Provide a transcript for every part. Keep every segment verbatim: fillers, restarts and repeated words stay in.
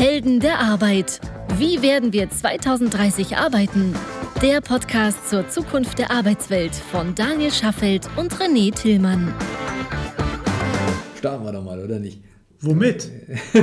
Helden der Arbeit. Wie werden wir zwanzig dreißig arbeiten? Der Podcast zur Zukunft der Arbeitswelt von Daniel Schaffelt und René Tillmann. Starten wir doch mal, oder nicht? Womit?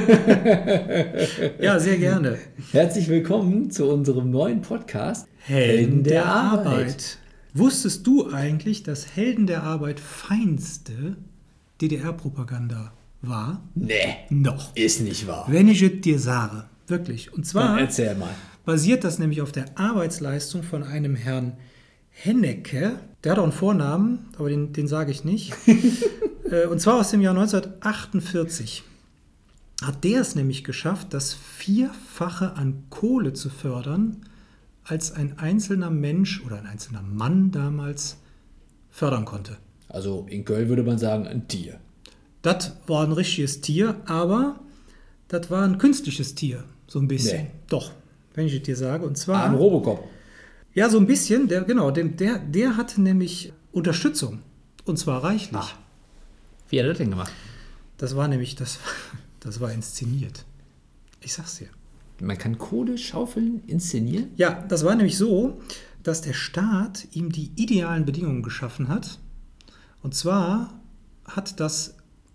Ja, sehr gerne. Herzlich willkommen zu unserem neuen Podcast Helden der Arbeit. Wusstest du eigentlich, dass Helden der Arbeit feinste D D R-Propaganda war? Nee, Noch. ist nicht wahr. Wenn ich es dir sage. Wirklich. Und zwar Dann erzähl mal. basiert das nämlich auf der Arbeitsleistung von einem Herrn Hennecke. Der hat auch einen Vornamen, aber den, den sage ich nicht. Und zwar aus dem Jahr neunzehnhundertachtundvierzig. Hat der es nämlich geschafft, das Vierfache an Kohle zu fördern, als ein einzelner Mensch oder ein einzelner Mann damals fördern konnte. Also in Köln würde man sagen, ein Tier. Das war ein richtiges Tier, aber das war ein künstliches Tier, so ein bisschen. Nee. Doch, wenn ich es dir sage. Und zwar, Ah, ein Robocop. ja, so ein bisschen, der, genau, der, der, der hatte nämlich Unterstützung. Und zwar reichlich. Ah. Wie hat er das denn gemacht? Das war nämlich, das, das war inszeniert. Ich sag's dir. Man kann Kohle schaufeln, inszenieren? Ja, das war nämlich so, dass der Staat ihm die idealen Bedingungen geschaffen hat. Und zwar hat das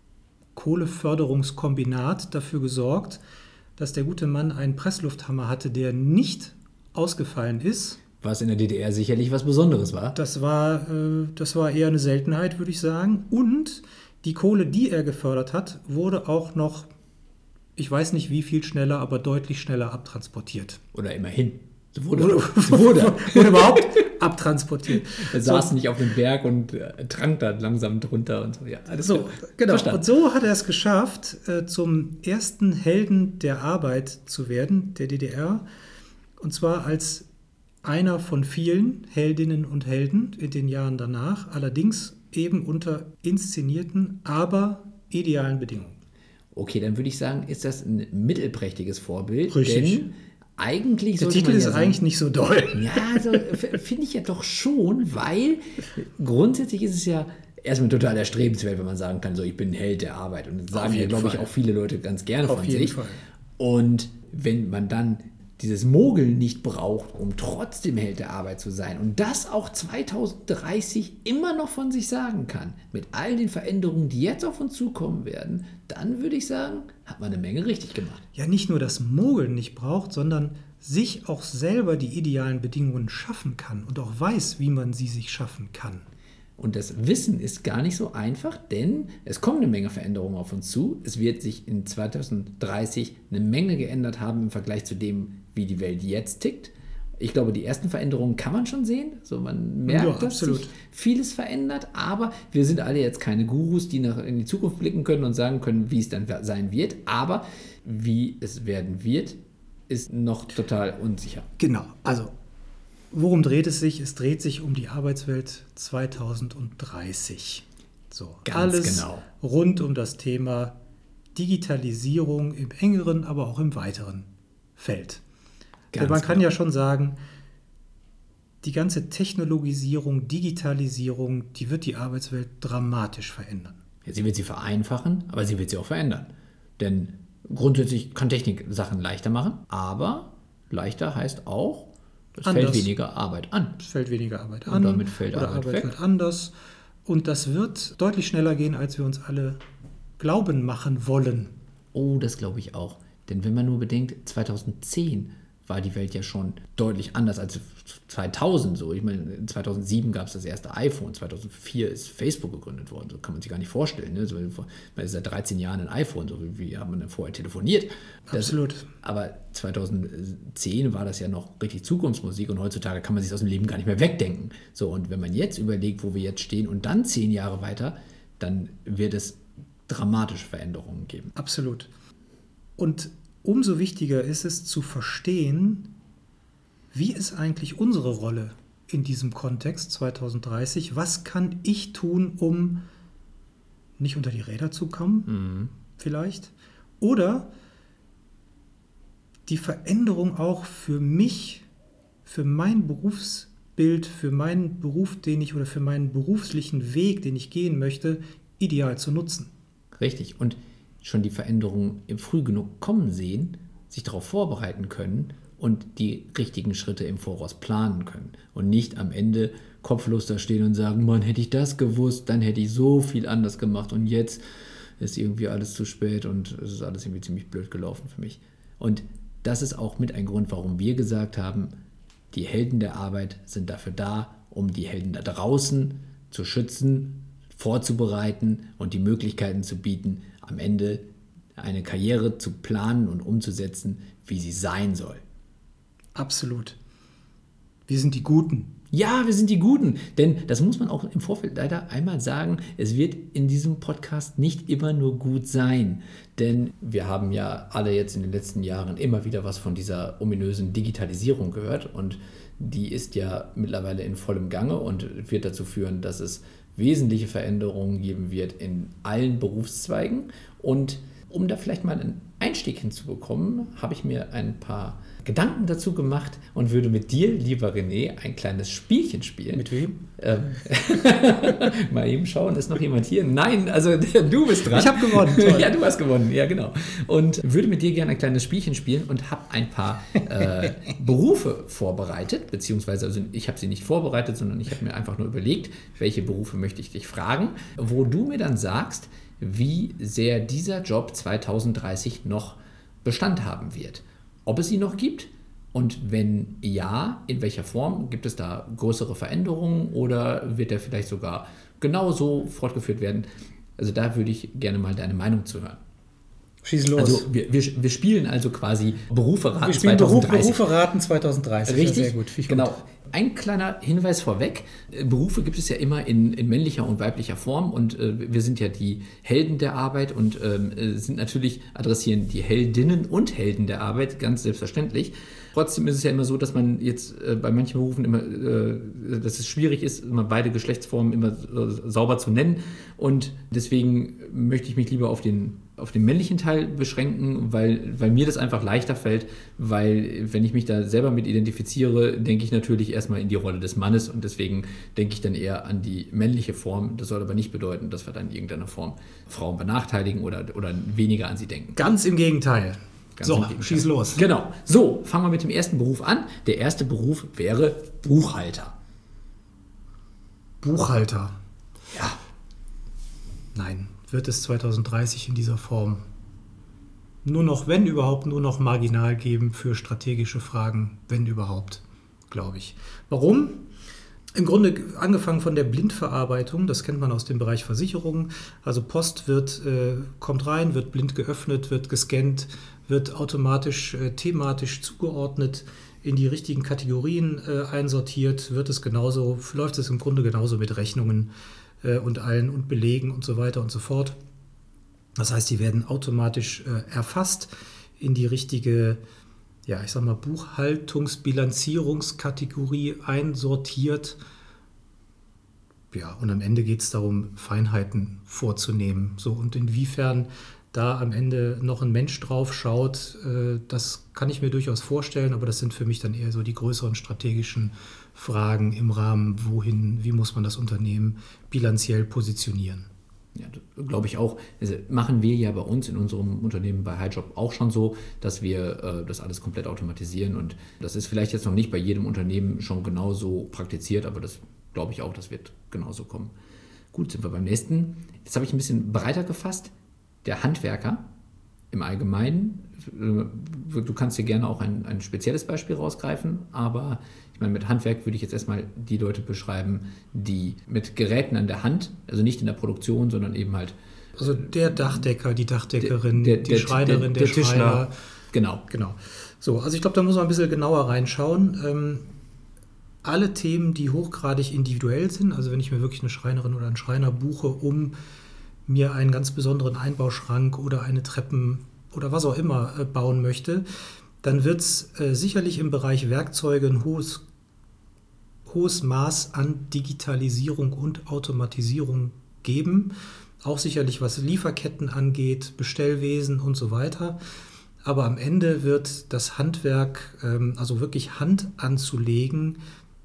Kohleförderungskombinat dafür gesorgt, dass der gute Mann einen Presslufthammer hatte, der nicht ausgefallen ist. Was in der D D R sicherlich was Besonderes war. Das war, äh, das war eher eine Seltenheit, würde ich sagen. Und die Kohle, die er gefördert hat, wurde auch noch, ich weiß nicht wie viel schneller, aber deutlich schneller abtransportiert. Oder immerhin. So wurde, Wurde, so wurde. wurde überhaupt abtransportiert. Er saß nicht auf dem Berg und äh, trank da langsam drunter und so. Ja, alles So, klar. genau. Verstanden. Und so hat er es geschafft, äh, zum ersten Helden der Arbeit zu werden, der D D R. Und zwar als einer von vielen Heldinnen und Helden in den Jahren danach, allerdings eben unter inszenierten, aber idealen Bedingungen. Okay, dann würde ich sagen, ist das ein mittelprächtiges Vorbild. Richtig. Denn eigentlich Der sollte Titel man ist ja sagen, eigentlich nicht so doll. Ja, also f- finde ich ja doch schon, weil grundsätzlich ist es ja erstmal total erstrebenswert, wenn man sagen kann, so ich bin ein Held der Arbeit. Und das sagen ja, jeden glaube ich, Fall. auch viele Leute ganz gerne Auf von jeden sich. Fall. Und wenn man dann dieses Mogeln nicht braucht, um trotzdem Held der Arbeit zu sein und das auch zwanzig dreißig immer noch von sich sagen kann, mit all den Veränderungen, die jetzt auf uns zukommen werden, dann würde ich sagen, hat man eine Menge richtig gemacht. Ja, nicht nur das Mogeln nicht braucht, sondern sich auch selber die idealen Bedingungen schaffen kann und auch weiß, wie man sie sich schaffen kann. Und das Wissen ist gar nicht so einfach, denn es kommen eine Menge Veränderungen auf uns zu. Es wird sich in zwanzig dreißig eine Menge geändert haben im Vergleich zu dem, wie die Welt jetzt tickt. Ich glaube, die ersten Veränderungen kann man schon sehen. So, man merkt, Ja, dass absolut. sich vieles verändert, aber wir sind alle jetzt keine Gurus, die nach in die Zukunft blicken können und sagen können, wie es dann sein wird. Aber wie es werden wird, ist noch total unsicher. Genau, also worum dreht es sich? Es dreht sich um die Arbeitswelt zwanzig dreißig. So, Ganz alles genau. rund um das Thema Digitalisierung im engeren, aber auch im weiteren Feld. Ganz Denn man kann genau. ja schon sagen, die ganze Technologisierung, Digitalisierung, die wird die Arbeitswelt dramatisch verändern. Ja, sie wird sie vereinfachen, aber sie wird sie auch verändern. Denn grundsätzlich kann Technik Sachen leichter machen, aber leichter heißt auch, es fällt Anders. weniger Arbeit an. Es fällt weniger Arbeit Und an. damit fällt oder Arbeit Arbeit weg. wird anders. Und das wird deutlich schneller gehen, als wir uns alle glauben machen wollen. Oh, das glaube ich auch. Denn wenn man nur bedenkt, zweitausendzehn war die Welt ja schon deutlich anders als zweitausend. So. Ich meine, zweitausendsieben gab es das erste iPhone, zweitausendvier ist Facebook gegründet worden. So kann man sich gar nicht vorstellen. Ne? So, man ist seit dreizehn Jahren ein iPhone, so wie, wie hat man denn vorher telefoniert? Das, Absolut. aber zweitausendzehn war das ja noch richtig Zukunftsmusik und heutzutage kann man sich aus dem Leben gar nicht mehr wegdenken. So, und wenn man jetzt überlegt, wo wir jetzt stehen und dann zehn Jahre weiter, dann wird es dramatische Veränderungen geben. Absolut. Und umso wichtiger ist es zu verstehen, wie ist eigentlich unsere Rolle in diesem Kontext zwanzig dreißig? Was kann ich tun, um nicht unter die Räder zu kommen, Mhm. vielleicht? Oder die Veränderung auch für mich, für mein Berufsbild, für meinen Beruf, den ich oder für meinen beruflichen Weg, den ich gehen möchte, ideal zu nutzen. Richtig. Und schon die Veränderungen früh genug kommen sehen, sich darauf vorbereiten können und die richtigen Schritte im Voraus planen können und nicht am Ende kopflos da stehen und sagen, Mann, hätte ich das gewusst, dann hätte ich so viel anders gemacht und jetzt ist irgendwie alles zu spät und es ist alles irgendwie ziemlich blöd gelaufen für mich. Und das ist auch mit ein Grund, warum wir gesagt haben, die Helden der Arbeit sind dafür da, um die Helden da draußen zu schützen, vorzubereiten und die Möglichkeiten zu bieten, am Ende eine Karriere zu planen und umzusetzen, wie sie sein soll. Absolut. Wir sind die Guten. Ja, wir sind die Guten, denn das muss man auch im Vorfeld leider einmal sagen, es wird in diesem Podcast nicht immer nur gut sein, denn wir haben ja alle jetzt in den letzten Jahren immer wieder was von dieser ominösen Digitalisierung gehört und die ist ja mittlerweile in vollem Gange und wird dazu führen, dass es wesentliche Veränderungen geben wird in allen Berufszweigen und um da vielleicht mal einen Einstieg hinzubekommen, habe ich mir ein paar Gedanken dazu gemacht und würde mit dir, lieber René, ein kleines Spielchen spielen. Mit wem? Ähm, mal eben schauen, ist noch jemand hier? Nein, also du bist dran. Ich habe gewonnen. Toll. Ja, du hast gewonnen, ja genau. Und würde mit dir gerne ein kleines Spielchen spielen und habe ein paar äh, Berufe vorbereitet, beziehungsweise also ich habe sie nicht vorbereitet, sondern ich habe mir einfach nur überlegt, welche Berufe möchte ich dich fragen, wo du mir dann sagst, wie sehr dieser Job zwanzig dreißig noch Bestand haben wird. Ob es ihn noch gibt und wenn ja, in welcher Form? Gibt es da größere Veränderungen oder wird er vielleicht sogar genauso fortgeführt werden? Also da würde ich gerne mal deine Meinung zu hören. Schieß los. Also wir, wir, wir spielen also quasi Berufe raten wir spielen zwanzig dreißig. Berufe raten zwanzig dreißig. Richtig, ja, sehr gut. genau. Gut. Ein kleiner Hinweis vorweg, Berufe gibt es ja immer in, in männlicher und weiblicher Form und äh, wir sind ja die Helden der Arbeit und äh, sind natürlich, adressieren die Heldinnen und Helden der Arbeit, ganz selbstverständlich. Trotzdem ist es ja immer so, dass man jetzt äh, bei manchen Berufen immer, äh, dass es schwierig ist, immer beide Geschlechtsformen immer äh, sauber zu nennen und deswegen möchte ich mich lieber auf den auf den männlichen Teil beschränken, weil, weil mir das einfach leichter fällt, weil wenn ich mich da selber mit identifiziere, denke ich natürlich erstmal in die Rolle des Mannes und deswegen denke ich dann eher an die männliche Form. Das soll aber nicht bedeuten, dass wir dann in irgendeiner Form Frauen benachteiligen oder, oder weniger an sie denken. Ganz im Gegenteil. Ganz so, im Gegenteil. Schieß los. Genau. So, fangen wir mit dem ersten Beruf an. Der erste Beruf wäre Buchhalter. Buchhalter. Ja. Nein. Wird es zwanzig dreißig in dieser Form nur noch, wenn überhaupt, nur noch marginal geben für strategische Fragen, wenn überhaupt, glaube ich. Warum? Im Grunde angefangen von der Blindverarbeitung, das kennt man aus dem Bereich Versicherungen. Also Post wird, äh, kommt rein, wird blind geöffnet, wird gescannt, wird automatisch äh, thematisch zugeordnet, in die richtigen Kategorien äh, einsortiert, wird es genauso, läuft es im Grunde genauso mit Rechnungen und allen und Belegen und so weiter und so fort. Das heißt, die werden automatisch äh, erfasst, in die richtige, ja, ich sag mal, Buchhaltungsbilanzierungskategorie einsortiert. Ja, und am Ende geht es darum, Feinheiten vorzunehmen. So, und inwiefern da am Ende noch ein Mensch drauf schaut, äh, das kann ich mir durchaus vorstellen, aber das sind für mich dann eher so die größeren strategischen Fragen im Rahmen, wohin, wie muss man das Unternehmen bilanziell positionieren. Ja, glaube ich auch. Also machen wir ja bei uns in unserem Unternehmen bei HighJob auch schon so, dass wir äh, das alles komplett automatisieren und das ist vielleicht jetzt noch nicht bei jedem Unternehmen schon genauso praktiziert, aber das glaube ich auch, das wird genauso kommen. Gut, sind wir beim nächsten. Jetzt habe ich ein bisschen breiter gefasst. Der Handwerker im Allgemeinen, du kannst dir gerne auch ein, ein spezielles Beispiel rausgreifen, aber ich meine, mit Handwerk würde ich jetzt erstmal die Leute beschreiben, die mit Geräten an der Hand, also nicht in der Produktion, sondern eben halt... Also der Dachdecker, die Dachdeckerin, der, der, die der, Schreinerin, der, der, der Schreiner. Tischler. Genau. Genau. So, also ich glaube, da muss man ein bisschen genauer reinschauen. Ähm, alle Themen, die hochgradig individuell sind, also wenn ich mir wirklich eine Schreinerin oder einen Schreiner buche, um mir einen ganz besonderen Einbauschrank oder eine Treppen oder was auch immer äh, bauen möchte, dann wird es äh, sicherlich im Bereich Werkzeuge ein hohes, hohes Maß an Digitalisierung und Automatisierung geben. Auch sicherlich was Lieferketten angeht, Bestellwesen und so weiter. Aber am Ende wird das Handwerk, ähm, also wirklich Hand anzulegen,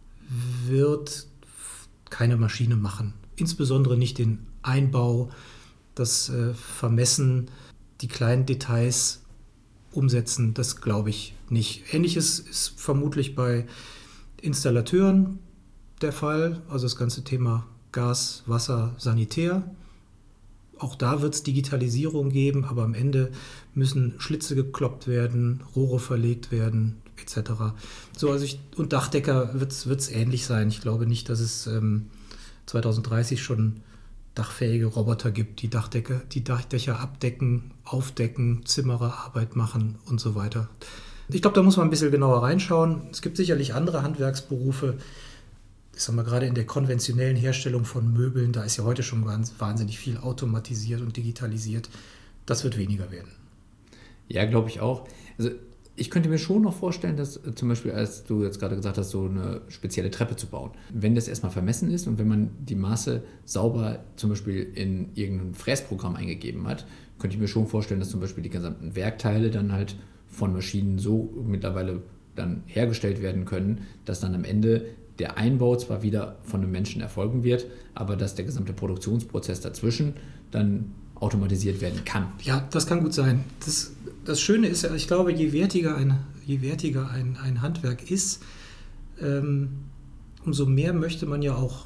wird keine Maschine machen. Insbesondere nicht den Einbau, das äh, Vermessen, die kleinen Details umsetzen, das glaube ich nicht. Ähnliches ist vermutlich bei Installateuren der Fall, also das ganze Thema Gas, Wasser, Sanitär. Auch da wird es Digitalisierung geben, aber am Ende müssen Schlitze gekloppt werden, Rohre verlegt werden, et cetera. So, also ich, und Dachdecker wird es ähnlich sein. Ich glaube nicht, dass es ähm, zwanzig dreißig schon dachfähige Roboter gibt, die Dachdecke, die Dachdächer abdecken, aufdecken, Zimmererarbeit machen und so weiter. Ich glaube, da muss man ein bisschen genauer reinschauen. Es gibt sicherlich andere Handwerksberufe. Ich sag mal, gerade in der konventionellen Herstellung von Möbeln, da ist ja heute schon wahnsinnig viel automatisiert und digitalisiert. Das wird weniger werden. Ja, glaube ich auch. Also ich könnte mir schon noch vorstellen, dass äh, zum Beispiel, als du jetzt gerade gesagt hast, so eine spezielle Treppe zu bauen, wenn das erstmal vermessen ist und wenn man die Maße sauber zum Beispiel in irgendein Fräsprogramm eingegeben hat, könnte ich mir schon vorstellen, dass zum Beispiel die gesamten Werkteile dann halt von Maschinen so mittlerweile dann hergestellt werden können, dass dann am Ende der Einbau zwar wieder von einem Menschen erfolgen wird, aber dass der gesamte Produktionsprozess dazwischen dann automatisiert werden kann. Ja, das kann gut sein. Das, das Schöne ist ja, ich glaube, je wertiger ein, je wertiger ein, ein Handwerk ist, ähm, umso mehr möchte man ja auch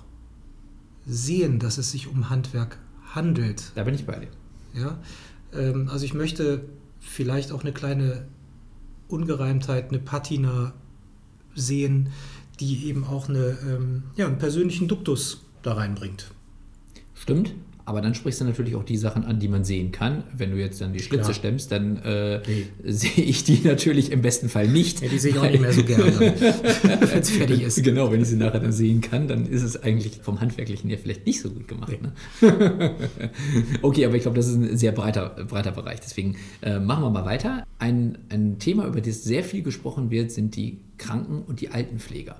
sehen, dass es sich um Handwerk handelt. Da bin ich bei dir. Ja, ähm, also ich möchte vielleicht auch eine kleine Ungereimtheit, eine Patina sehen, die eben auch eine, ähm, ja, einen persönlichen Duktus da reinbringt. Stimmt, aber dann sprichst du natürlich auch die Sachen an, die man sehen kann. Wenn du jetzt dann die Schlitze Klar. stemmst, dann äh, Nee. sehe ich die natürlich im besten Fall nicht. Ja, die sehe ich auch nicht mehr so gerne, wenn es fertig ist. Genau, wenn ich sie nachher dann sehen kann, dann ist es eigentlich vom Handwerklichen her vielleicht nicht so gut gemacht. Ne? Okay, aber ich glaube, das ist ein sehr breiter, breiter Bereich. Deswegen äh, machen wir mal weiter. Ein, ein Thema, über das sehr viel gesprochen wird, sind die Kranken- und die Altenpfleger.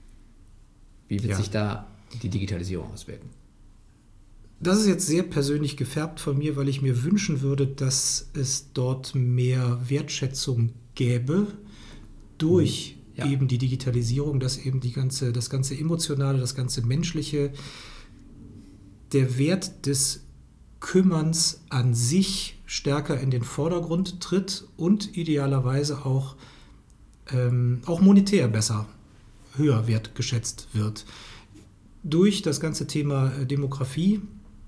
Wie wird Ja. sich da die Digitalisierung auswirken? Das ist jetzt sehr persönlich gefärbt von mir, weil ich mir wünschen würde, dass es dort mehr Wertschätzung gäbe durch Ja. eben die Digitalisierung, dass eben die ganze, das ganze Emotionale, das ganze Menschliche, der Wert des Kümmerns an sich stärker in den Vordergrund tritt und idealerweise auch, ähm, auch monetär besser, höher wertgeschätzt wird. Durch das ganze Thema äh, Demografie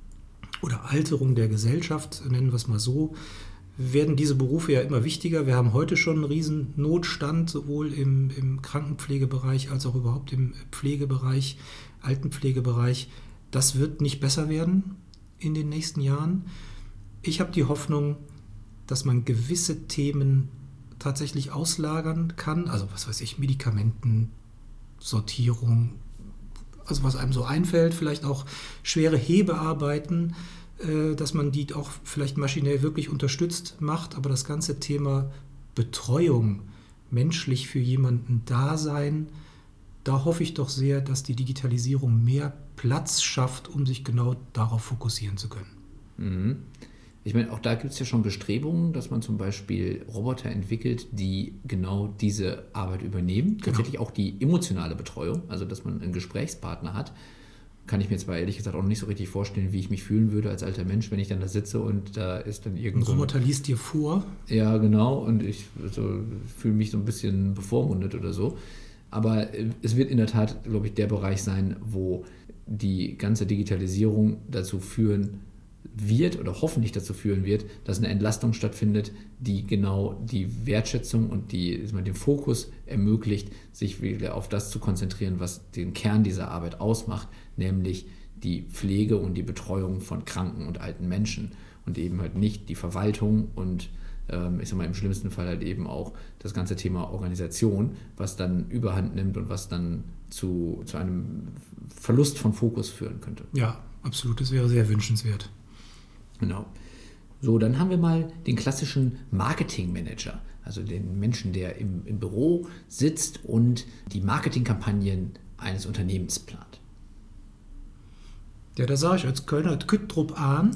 oder Alterung der Gesellschaft, nennen wir es mal so, werden diese Berufe ja immer wichtiger. Wir haben heute schon einen riesen Notstand, sowohl im, im Krankenpflegebereich als auch überhaupt im Pflegebereich, Altenpflegebereich. Das wird nicht besser werden in den nächsten Jahren. Ich habe die Hoffnung, dass man gewisse Themen tatsächlich auslagern kann, also was weiß ich, Medikamenten, Sortierung, also was einem so einfällt, vielleicht auch schwere Hebearbeiten, äh, dass man die auch vielleicht maschinell wirklich unterstützt macht, aber das ganze Thema Betreuung, menschlich für jemanden da sein, da hoffe ich doch sehr, dass die Digitalisierung mehr Platz schafft, um sich genau darauf fokussieren zu können. Mhm. Ich meine, auch da gibt es ja schon Bestrebungen, dass man zum Beispiel Roboter entwickelt, die genau diese Arbeit übernehmen. Genau. Tatsächlich auch die emotionale Betreuung, also dass man einen Gesprächspartner hat. Kann ich mir zwar ehrlich gesagt auch noch nicht so richtig vorstellen, wie ich mich fühlen würde als alter Mensch, wenn ich dann da sitze und da ist dann Ein irgend so Roboter liest dir vor. Ja, genau, und ich so, fühle mich so ein bisschen bevormundet oder so. Aber äh, es wird in der Tat, glaube ich, der Bereich sein, wo die ganze Digitalisierung dazu führen wird oder hoffentlich dazu führen wird, dass eine Entlastung stattfindet, die genau die Wertschätzung und die, den Fokus ermöglicht, sich wieder auf das zu konzentrieren, was den Kern dieser Arbeit ausmacht, nämlich die Pflege und die Betreuung von kranken und alten Menschen und eben halt nicht die Verwaltung und ähm, ich sag mal im schlimmsten Fall halt eben auch das ganze Thema Organisation, was dann Überhand nimmt und was dann zu, zu einem Verlust von Fokus führen könnte. Ja, absolut, das wäre sehr wünschenswert. Genau. So, dann haben wir mal den klassischen Marketingmanager, also den Menschen, der im, im Büro sitzt und die Marketingkampagnen eines Unternehmens plant. Ja, da sage ich als Kölner Küttrup an.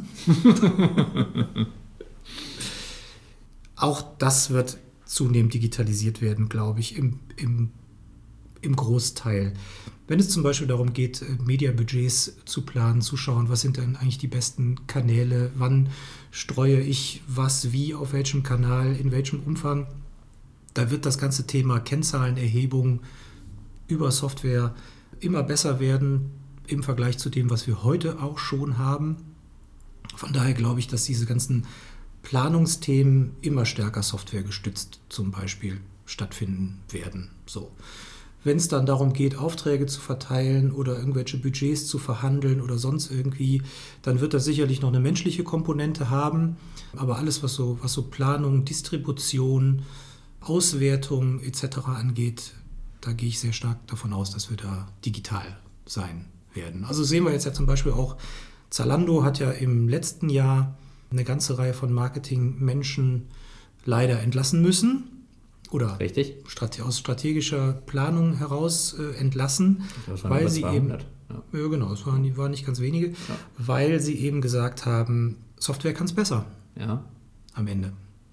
Auch das wird zunehmend digitalisiert werden, glaube ich, im, im, im Großteil. Wenn es zum Beispiel darum geht, Mediabudgets zu planen, zu schauen, was sind denn eigentlich die besten Kanäle, wann streue ich was, wie, auf welchem Kanal, in welchem Umfang, da wird das ganze Thema Kennzahlenerhebung über Software immer besser werden im Vergleich zu dem, was wir heute auch schon haben. Von daher glaube ich, dass diese ganzen Planungsthemen immer stärker softwaregestützt zum Beispiel stattfinden werden. So. Wenn es dann darum geht, Aufträge zu verteilen oder irgendwelche Budgets zu verhandeln oder sonst irgendwie, dann wird das sicherlich noch eine menschliche Komponente haben. Aber alles, was so, was so Planung, Distribution, Auswertung et cetera angeht, da gehe ich sehr stark davon aus, dass wir da digital sein werden. Also sehen wir jetzt ja zum Beispiel auch, Zalando hat ja im letzten Jahr eine ganze Reihe von Marketingmenschen leider entlassen müssen. Oder Richtig. Strate- aus strategischer Planung heraus äh, entlassen, Das waren weil über sie zweihundert, eben, ja. ja genau, es waren, waren nicht ganz wenige, Ja. weil sie eben gesagt haben, Software kann es besser Ja. am Ende.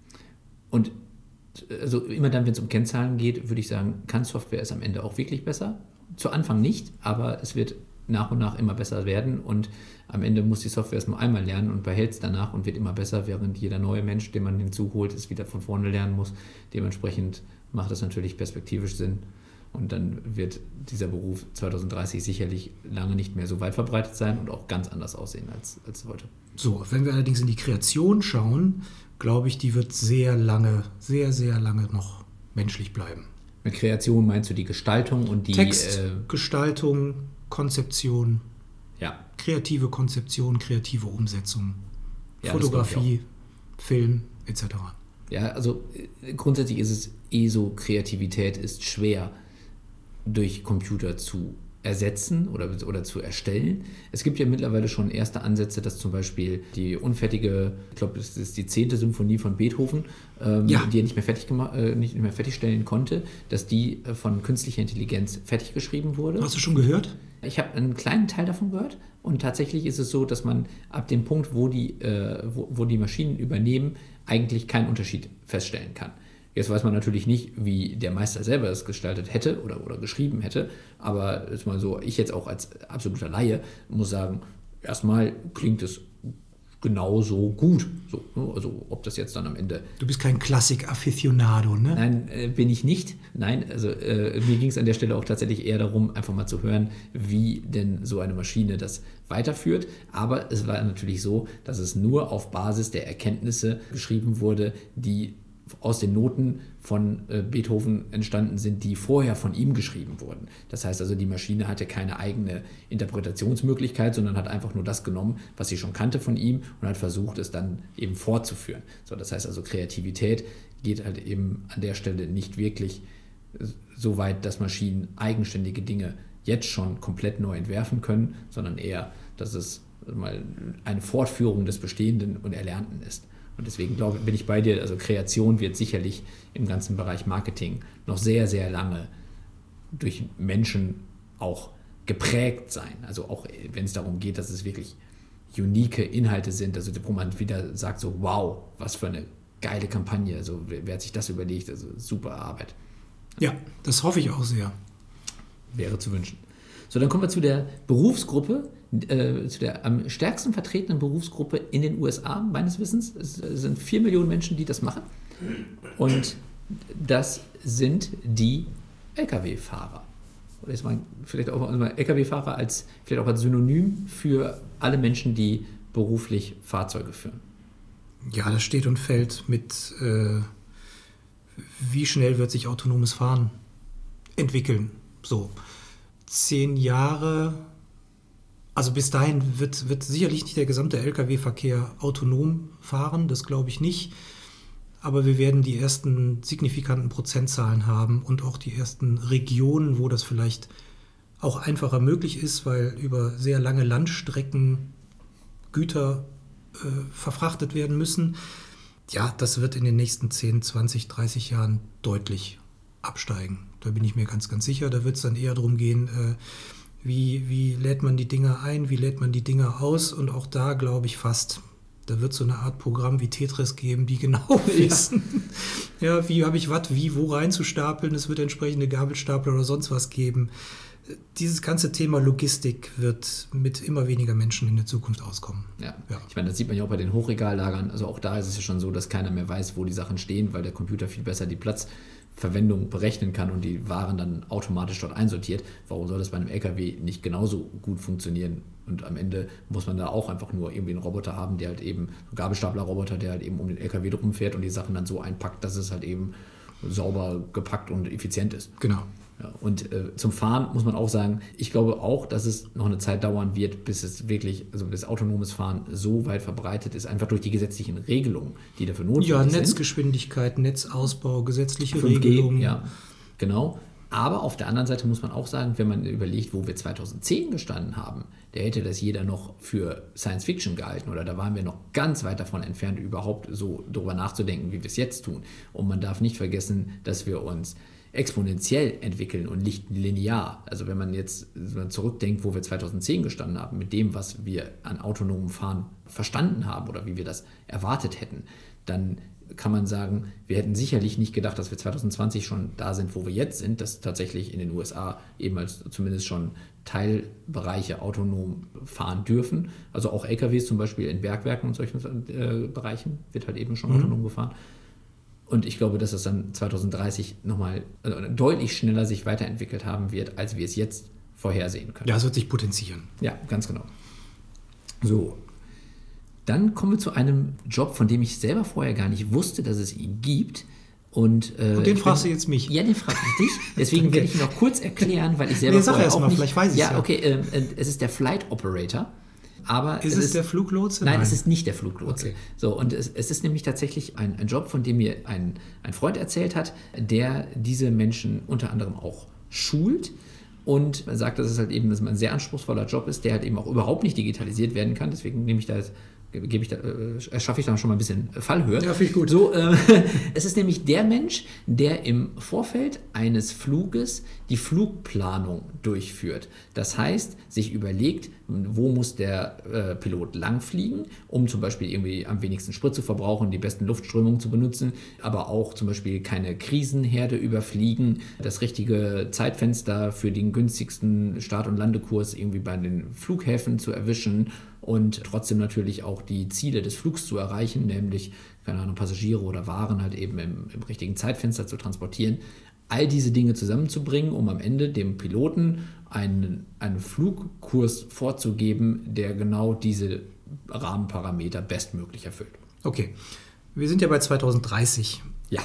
Und also immer dann, wenn es um Kennzahlen geht, würde ich sagen, kann Software es am Ende auch wirklich besser? Zu Anfang nicht, aber es wird nach und nach immer besser werden und am Ende muss die Software es nur einmal lernen und behält es danach und wird immer besser, während jeder neue Mensch, den man hinzuholt, es wieder von vorne lernen muss. Dementsprechend macht das natürlich perspektivisch Sinn und dann wird dieser Beruf zwanzig dreißig sicherlich lange nicht mehr so weit verbreitet sein und auch ganz anders aussehen als, als heute. So, wenn wir allerdings in die Kreation schauen, glaube ich, die wird sehr lange, sehr, sehr lange noch menschlich bleiben. Mit Kreation meinst du die Gestaltung und die... Text, äh, Gestaltung, Konzeption, ja. kreative Konzeption, kreative Umsetzung, Ja, das glaube ich Fotografie, Film et cetera. Ja, also äh, grundsätzlich ist es eh so, Kreativität ist schwer durch Computer zu ersetzen oder, oder zu erstellen. Es gibt ja mittlerweile schon erste Ansätze, dass zum Beispiel die unfertige, ich glaube, das ist die zehnte Symphonie von Beethoven, ähm, Ja. die er nicht mehr, fertig gema- äh, nicht mehr fertigstellen konnte, dass die äh, von künstlicher Intelligenz fertig geschrieben wurde. Hast du schon gehört? Ich habe einen kleinen Teil davon gehört und tatsächlich ist es so, dass man ab dem Punkt, wo die, äh, wo, wo die Maschinen übernehmen, eigentlich keinen Unterschied feststellen kann. Jetzt weiß man natürlich nicht, wie der Meister selber das gestaltet hätte oder, oder geschrieben hätte, aber ist mal so, ich jetzt auch als absoluter Laie muss sagen, erstmal klingt es genauso gut. So, ne? Also ob das jetzt dann am Ende... Du bist kein Klassik-Aficionado, ne? Nein, äh, bin ich nicht. Nein, also äh, mir ging es an der Stelle auch tatsächlich eher darum, einfach mal zu hören, wie denn so eine Maschine das weiterführt. Aber es war natürlich so, dass es nur auf Basis der Erkenntnisse geschrieben wurde, die aus den Noten von äh, Beethoven entstanden sind, die vorher von ihm geschrieben wurden. Das heißt also, die Maschine hatte keine eigene Interpretationsmöglichkeit, sondern hat einfach nur das genommen, was sie schon kannte von ihm und hat versucht, es dann eben fortzuführen. So, das heißt also, Kreativität geht halt eben an der Stelle nicht wirklich so weit, dass Maschinen eigenständige Dinge jetzt schon komplett neu entwerfen können, sondern eher, dass es mal eine Fortführung des Bestehenden und Erlernten ist. Und deswegen glaube, bin ich bei dir, also Kreation wird sicherlich im ganzen Bereich Marketing noch sehr, sehr lange durch Menschen auch geprägt sein. Also auch wenn es darum geht, dass es wirklich unique Inhalte sind, also wo man wieder sagt so, wow, was für eine geile Kampagne, also wer hat sich das überlegt, also super Arbeit. Ja, das hoffe ich auch sehr. Wäre zu wünschen. So, dann kommen wir zu der Berufsgruppe, äh, zu der am stärksten vertretenen Berufsgruppe in den U S A, meines Wissens. Es sind vier Millionen Menschen, die das machen. Und das sind die L K W-Fahrer. Oder ist man vielleicht auch mal L K W-Fahrer als, vielleicht auch als Synonym für alle Menschen, die beruflich Fahrzeuge führen. Ja, das steht und fällt mit, äh, wie schnell wird sich autonomes Fahren entwickeln. So. Zehn Jahre, also bis dahin wird, wird sicherlich nicht der gesamte L K W-Verkehr autonom fahren, das glaube ich nicht. Aber wir werden die ersten signifikanten Prozentzahlen haben und auch die ersten Regionen, wo das vielleicht auch einfacher möglich ist, weil über sehr lange Landstrecken Güter äh, verfrachtet werden müssen. Ja, das wird in den nächsten zehn, zwanzig, dreißig Jahren deutlich absteigen. Da bin ich mir ganz, ganz sicher. Da wird es dann eher darum gehen, äh, wie, wie lädt man die Dinger ein, wie lädt man die Dinger aus. Und auch da glaube ich fast, Da wird so eine Art Programm wie Tetris geben, die genau wissen, ja, ja wie habe ich was, wie, wo reinzustapeln. Es wird entsprechende Gabelstapler oder sonst was geben. Dieses ganze Thema Logistik wird mit immer weniger Menschen in der Zukunft auskommen. Ja. Ja. Ich meine, das sieht man ja auch bei den Hochregallagern. Also auch da ist es ja schon so, dass keiner mehr weiß, wo die Sachen stehen, weil der Computer viel besser die Platzverwendung berechnen kann und die Waren dann automatisch dort einsortiert. Warum soll das bei einem L K W nicht genauso gut funktionieren? Und am Ende muss man da auch einfach nur irgendwie einen Roboter haben, der halt eben, ein Gabelstapler-Roboter, der halt eben um den L K W drum fährt und die Sachen dann so einpackt, dass es halt eben sauber gepackt und effizient ist. Genau. Ja, und äh, zum Fahren muss man auch sagen, ich glaube auch, dass es noch eine Zeit dauern wird, bis es wirklich, also das autonomes Fahren so weit verbreitet ist, einfach durch die gesetzlichen Regelungen, die dafür notwendig ja, sind. Ja, Netzgeschwindigkeit, Netzausbau, gesetzliche fünf G, Regelungen. Ja, genau. Aber auf der anderen Seite muss man auch sagen, wenn man überlegt, wo wir zweitausendzehn gestanden haben, da hätte das jeder noch für Science Fiction gehalten oder da waren wir noch ganz weit davon entfernt, überhaupt so darüber nachzudenken, wie wir es jetzt tun. Und man darf nicht vergessen, dass wir uns exponentiell entwickeln und nicht linear. Also wenn man jetzt zurückdenkt, wo wir zweitausendzehn gestanden haben, mit dem, was wir an autonomem Fahren verstanden haben oder wie wir das erwartet hätten, dann kann man sagen, wir hätten sicherlich nicht gedacht, dass wir zweitausendzwanzig schon da sind, wo wir jetzt sind, dass tatsächlich in den U S A eben als zumindest schon Teilbereiche autonom fahren dürfen. Also auch L K Ws zum Beispiel in Bergwerken und solchen äh, Bereichen wird halt eben schon mhm. autonom gefahren. Und ich glaube, dass es dann zweitausenddreißig nochmal also deutlich schneller sich weiterentwickelt haben wird, als wir es jetzt vorhersehen können. Ja, es wird sich potenzieren. Ja, ganz genau. So, dann kommen wir zu einem Job, von dem ich selber vorher gar nicht wusste, dass es ihn gibt. Und, äh, Und den fragst bin, du jetzt mich? Ja, den frage ich dich. Deswegen werde ich ihn noch kurz erklären, weil ich selber nee, sag vorher erst auch mal, nicht... vielleicht weiß ich ja. ja, okay, äh, es ist der Flight Operator. Aber ist es, es ist, der Fluglotse? Nein, Nein, es ist nicht der Fluglotse. Okay. So, und es, es ist nämlich tatsächlich ein, ein Job, von dem mir ein, ein Freund erzählt hat, der diese Menschen unter anderem auch schult. Und man sagt, dass es halt eben dass es ein sehr anspruchsvoller Job ist, der halt eben auch überhaupt nicht digitalisiert werden kann. Deswegen nehme ich da jetzt gebe ich da, äh, schaffe ich da schon mal ein bisschen Fallhöhe. Ja, finde ich gut. So, äh, es ist nämlich der Mensch, der im Vorfeld eines Fluges die Flugplanung durchführt. Das heißt, sich überlegt, wo muss der äh, Pilot langfliegen, um zum Beispiel irgendwie am wenigsten Sprit zu verbrauchen, die besten Luftströmungen zu benutzen, aber auch zum Beispiel keine Krisenherde überfliegen, das richtige Zeitfenster für den günstigsten Start- und Landekurs irgendwie bei den Flughäfen zu erwischen und trotzdem natürlich auch die Ziele des Flugs zu erreichen, nämlich, keine Ahnung, Passagiere oder Waren halt eben im, im richtigen Zeitfenster zu transportieren. All diese Dinge zusammenzubringen, um am Ende dem Piloten einen, einen Flugkurs vorzugeben, der genau diese Rahmenparameter bestmöglich erfüllt. Okay, wir sind ja bei zweitausenddreißig. Ja.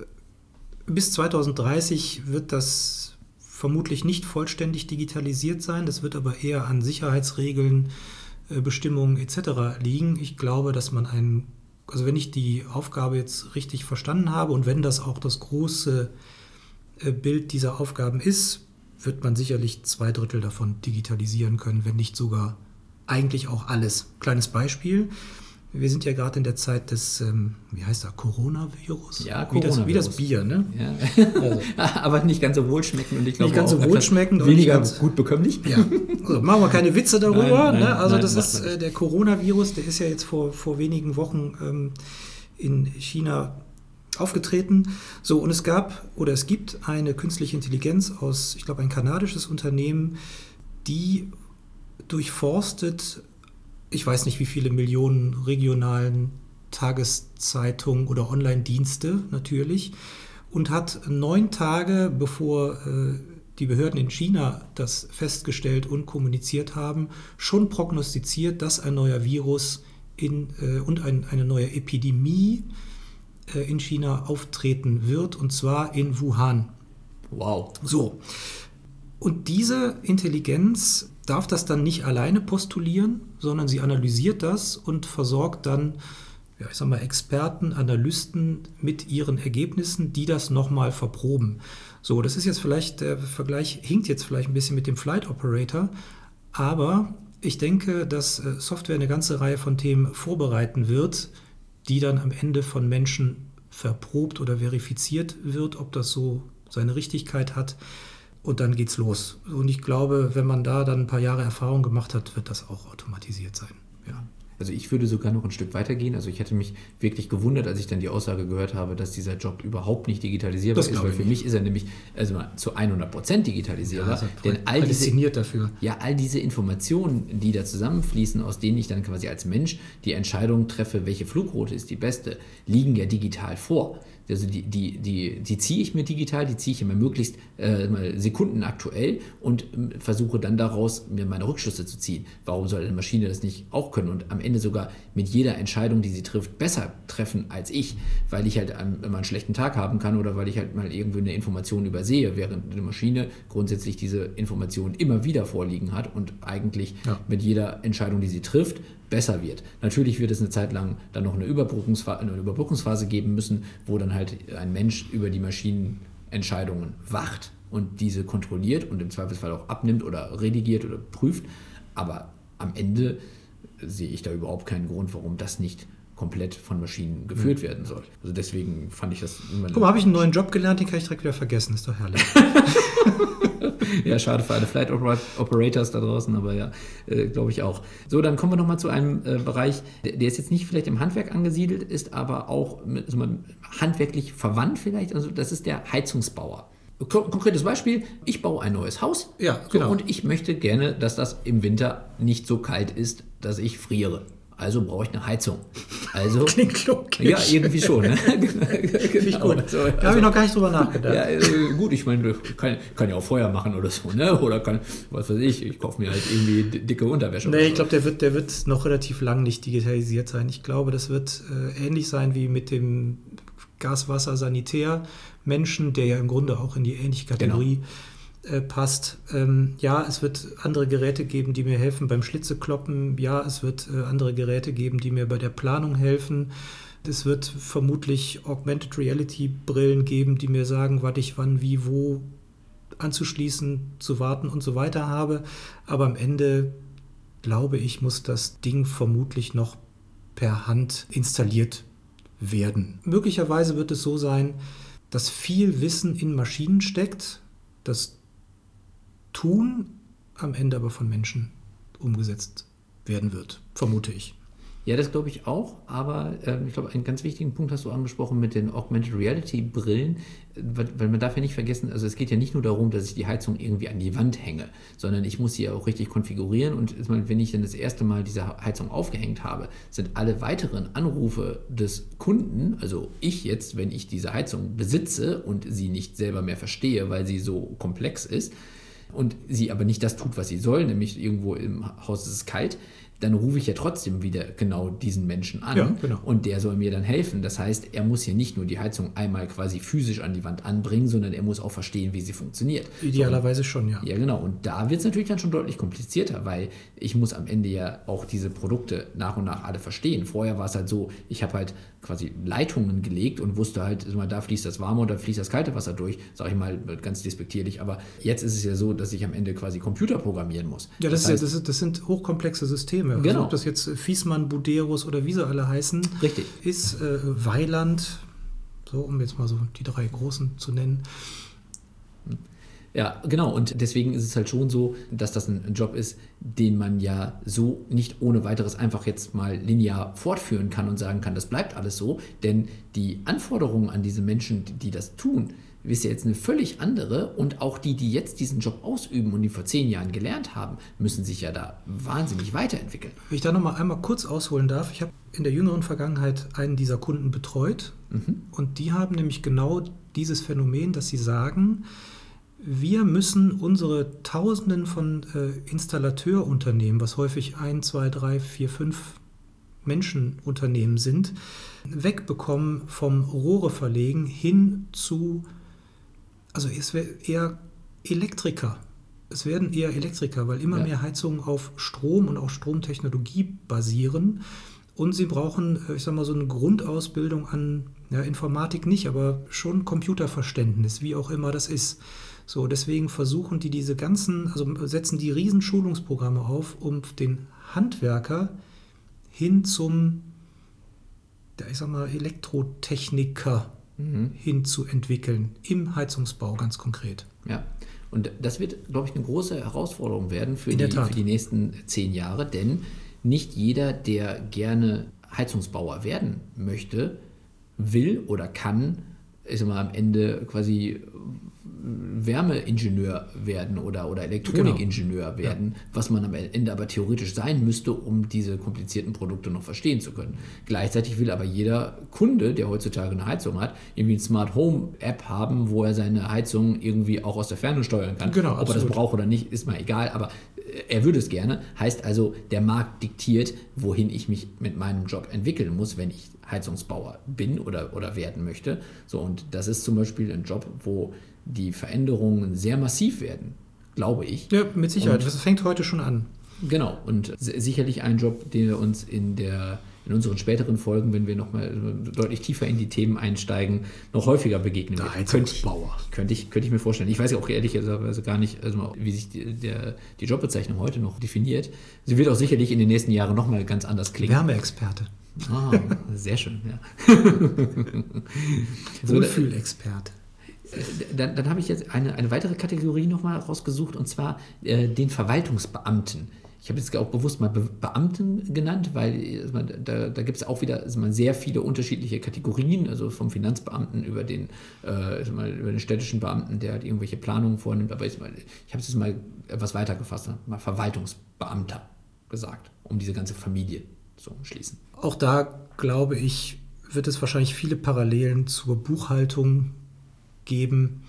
Bis zweitausenddreißig wird das vermutlich nicht vollständig digitalisiert sein. Das wird aber eher an Sicherheitsregeln, Bestimmungen et cetera liegen. Ich glaube, dass man einen, also wenn ich die Aufgabe jetzt richtig verstanden habe und wenn das auch das große Bild dieser Aufgaben ist, wird man sicherlich zwei Drittel davon digitalisieren können, wenn nicht sogar eigentlich auch alles. Kleines Beispiel. Wir sind ja gerade in der Zeit des, ähm, wie heißt das, Coronavirus? Ja, wie Coronavirus. das, wie das Bier, ne? Ja. Also. Aber nicht ganz so wohlschmeckend und ich glaube nicht ganz so wohlschmeckend weniger und ganz, gut bekömmlich. Ja, also machen wir keine Witze darüber. Nein, nein, ne? Also nein, das ist äh, der Coronavirus, der ist ja jetzt vor, vor wenigen Wochen ähm, in China aufgetreten. So, und es gab oder es gibt eine künstliche Intelligenz aus, ich glaube, ein kanadisches Unternehmen, die durchforstet, ich weiß nicht, wie viele Millionen regionalen Tageszeitungen oder Online-Dienste natürlich und hat neun Tage, bevor äh, die Behörden in China das festgestellt und kommuniziert haben, schon prognostiziert, dass ein neuer Virus in, äh, und ein, eine neue Epidemie äh, in China auftreten wird, und zwar in Wuhan. Wow. So. Und diese Intelligenz darf das dann nicht alleine postulieren, sondern sie analysiert das und versorgt dann, ja, ich sag mal, Experten, Analysten mit ihren Ergebnissen, die das nochmal verproben. So, das ist jetzt vielleicht, der Vergleich hinkt jetzt vielleicht ein bisschen mit dem Flight Operator, aber ich denke, dass Software eine ganze Reihe von Themen vorbereiten wird, die dann am Ende von Menschen verprobt oder verifiziert wird, ob das so seine Richtigkeit hat. Und dann geht's los. Und ich glaube, wenn man da dann ein paar Jahre Erfahrung gemacht hat, wird das auch automatisiert sein. Ja. Also ich würde sogar noch ein Stück weitergehen. Also ich hätte mich wirklich gewundert, als ich dann die Aussage gehört habe, dass dieser Job überhaupt nicht digitalisierbar Das ist, weil für ich mich ist er nämlich also mal zu hundert Prozent digitalisierbar. also denn all diese, prädestiniert dafür. ja, all diese Informationen, die da zusammenfließen, aus denen ich dann quasi als Mensch die Entscheidung treffe, welche Flugroute ist die beste, liegen ja digital vor. Also die, die, die, die ziehe ich mir digital, die ziehe ich immer möglichst äh, mal sekundenaktuell und äh, versuche dann daraus mir meine Rückschlüsse zu ziehen. Warum soll eine Maschine das nicht auch können und am Ende sogar mit jeder Entscheidung, die sie trifft, besser treffen als ich, weil ich halt ähm, immer einen schlechten Tag haben kann oder weil ich halt mal irgendwo eine Information übersehe, während eine Maschine grundsätzlich diese Information immer wieder vorliegen hat und eigentlich ja. mit jeder Entscheidung, die sie trifft, besser wird. Natürlich wird es eine Zeit lang dann noch eine Überbrückungsphase, eine Überbrückungsphase geben müssen, wo dann halt ein Mensch über die Maschinenentscheidungen wacht und diese kontrolliert und im Zweifelsfall auch abnimmt oder redigiert oder prüft. Aber am Ende sehe ich da überhaupt keinen Grund, warum das nicht komplett von Maschinen geführt werden soll. Also deswegen fand ich das... Guck mal, habe ich einen neuen Job gelernt, den kann ich direkt wieder vergessen. Ist doch herrlich. Ja, schade für alle Flight Operators da draußen, aber ja, äh, glaube ich auch. So, dann kommen wir nochmal zu einem äh, Bereich, der, der ist jetzt nicht vielleicht im Handwerk angesiedelt, ist aber auch mit, also handwerklich verwandt vielleicht. Also das ist der Heizungsbauer. Kon- konkretes Beispiel, ich baue ein neues Haus Ja, so, genau. und ich möchte gerne, dass das im Winter nicht so kalt ist, dass ich friere. Also brauche ich eine Heizung. Also, Klingt logisch. ja, irgendwie schon. Ne? Finde ich gut. So, Da habe ich noch gar nicht drüber nachgedacht. ja, äh, gut, ich meine, kann, kann ja auch Feuer machen oder so, ne? Oder kann, was weiß ich, ich kaufe mir halt irgendwie d- dicke Unterwäsche. Nee, oder ich so. glaube, der wird, der wird noch relativ lang nicht digitalisiert sein. Ich glaube, das wird äh, ähnlich sein wie mit dem Gaswasser-Sanitär-Menschen, der ja im Grunde auch in die ähnliche Kategorie äh, passt. Ähm, ja, es wird andere Geräte geben, die mir helfen beim Schlitzekloppen. Ja, es wird äh, andere Geräte geben, die mir bei der Planung helfen. Es wird vermutlich Augmented Reality Brillen geben, die mir sagen, was ich wann, wie, wo anzuschließen, zu warten und so weiter habe. Aber am Ende, glaube ich, muss das Ding vermutlich noch per Hand installiert werden. Möglicherweise wird es so sein, dass viel Wissen in Maschinen steckt, das Tun am Ende aber von Menschen umgesetzt werden wird, vermute ich. Ja, das glaube ich auch, aber äh, ich glaube, einen ganz wichtigen Punkt hast du angesprochen mit den Augmented Reality Brillen, weil, weil man darf ja nicht vergessen, also es geht ja nicht nur darum, dass ich die Heizung irgendwie an die Wand hänge, sondern ich muss sie ja auch richtig konfigurieren und ich meine, wenn ich dann das erste Mal diese Heizung aufgehängt habe, sind alle weiteren Anrufe des Kunden, also ich jetzt, wenn ich diese Heizung besitze und sie nicht selber mehr verstehe, weil sie so komplex ist und sie aber nicht das tut, was sie soll, nämlich irgendwo im Haus ist es kalt, dann rufe ich ja trotzdem wieder genau diesen Menschen an Ja, genau. und der soll mir dann helfen. Das heißt, er muss ja nicht nur die Heizung einmal quasi physisch an die Wand anbringen, sondern er muss auch verstehen, wie sie funktioniert. Idealerweise schon, ja. Ja, genau. Und da wird es natürlich dann schon deutlich komplizierter, weil ich muss am Ende ja auch diese Produkte nach und nach alle verstehen. Vorher war es halt so, ich habe halt quasi Leitungen gelegt und wusste halt, da fließt das warme und da fließt das kalte Wasser durch, sage ich mal ganz despektierlich. Aber jetzt ist es ja so, dass ich am Ende quasi Computer programmieren muss. Ja, das, das, heißt, ist, das, ist, das sind hochkomplexe Systeme. Also Genau. ob das jetzt Fiesmann, Buderus oder wie sie alle heißen, Richtig. ist äh, Weiland, so um jetzt mal so die drei großen zu nennen. Ja, genau. Und deswegen ist es halt schon so, dass das ein Job ist, den man ja so nicht ohne weiteres einfach jetzt mal linear fortführen kann und sagen kann, das bleibt alles so. Denn die Anforderungen an diese Menschen, die, die das tun, ist ja jetzt eine völlig andere. Und auch die, die jetzt diesen Job ausüben und die vor zehn Jahren gelernt haben, müssen sich ja da wahnsinnig weiterentwickeln. Wenn ich da noch mal einmal kurz ausholen darf, ich habe in der jüngeren Vergangenheit einen dieser Kunden betreut. Mhm. Und die haben nämlich genau dieses Phänomen, dass sie sagen, wir müssen unsere Tausenden von äh, Installateurunternehmen, was häufig ein, zwei, drei, vier, fünf Menschenunternehmen sind, wegbekommen vom Rohre verlegen hin zu, also es wäre eher Elektriker. Es werden eher Elektriker, weil immer Ja. mehr Heizungen auf Strom und auch Stromtechnologie basieren. Und sie brauchen, ich sag mal, so eine Grundausbildung an ja, Informatik nicht, aber schon Computerverständnis, wie auch immer das ist. So, deswegen versuchen die diese ganzen, also setzen die riesen Schulungsprogramme auf, um den Handwerker hin zum, ja, ich sag mal, Elektrotechniker Mhm. hin zu entwickeln, im Heizungsbau ganz konkret. Ja, und das wird, glaube ich, eine große Herausforderung werden für, In die, der Tat. für die nächsten zehn Jahre, denn nicht jeder, der gerne Heizungsbauer werden möchte, will oder kann, ist immer am Ende quasi Wärmeingenieur werden oder, oder Elektronikingenieur Genau. werden, ja. was man am Ende aber theoretisch sein müsste, um diese komplizierten Produkte noch verstehen zu können. Gleichzeitig will aber jeder Kunde, der heutzutage eine Heizung hat, irgendwie eine Smart Home App haben, wo er seine Heizung irgendwie auch aus der Ferne steuern kann. Genau, Ob er das braucht oder nicht, ist mal egal, aber er würde es gerne. Heißt also, der Markt diktiert, wohin ich mich mit meinem Job entwickeln muss, wenn ich Heizungsbauer bin oder, oder werden möchte. So, und das ist zum Beispiel ein Job, wo die Veränderungen sehr massiv werden, glaube ich. Ja, mit Sicherheit. Und, das fängt heute schon an. Genau. Und sicherlich ein Job, der uns in, der, in unseren späteren Folgen, wenn wir nochmal deutlich tiefer in die Themen einsteigen, noch häufiger begegnen Der wird. Heizungsbauer. Könnte ich, könnte ich mir vorstellen. Ich weiß ja auch ehrlicherweise gar nicht, also wie sich die, der, die Jobbezeichnung heute noch definiert. Sie wird auch sicherlich in den nächsten Jahren nochmal ganz anders klingen. Wärmeexperte. Ah, sehr schön, ja. Wohlfühlexperte. Dann, dann habe ich jetzt eine, eine weitere Kategorie nochmal rausgesucht, und zwar äh, den Verwaltungsbeamten. Ich habe jetzt auch bewusst mal Be- Beamten genannt, weil äh, da, da gibt es auch wieder also sehr viele unterschiedliche Kategorien, also vom Finanzbeamten über den, äh, mal, über den städtischen Beamten, der halt irgendwelche Planungen vornimmt. Aber ich, mal, ich habe es jetzt mal etwas weiter gefasst, mal Verwaltungsbeamter gesagt, um diese ganze Familie zu umschließen. Auch da, glaube ich, wird es wahrscheinlich viele Parallelen zur Buchhaltung geben.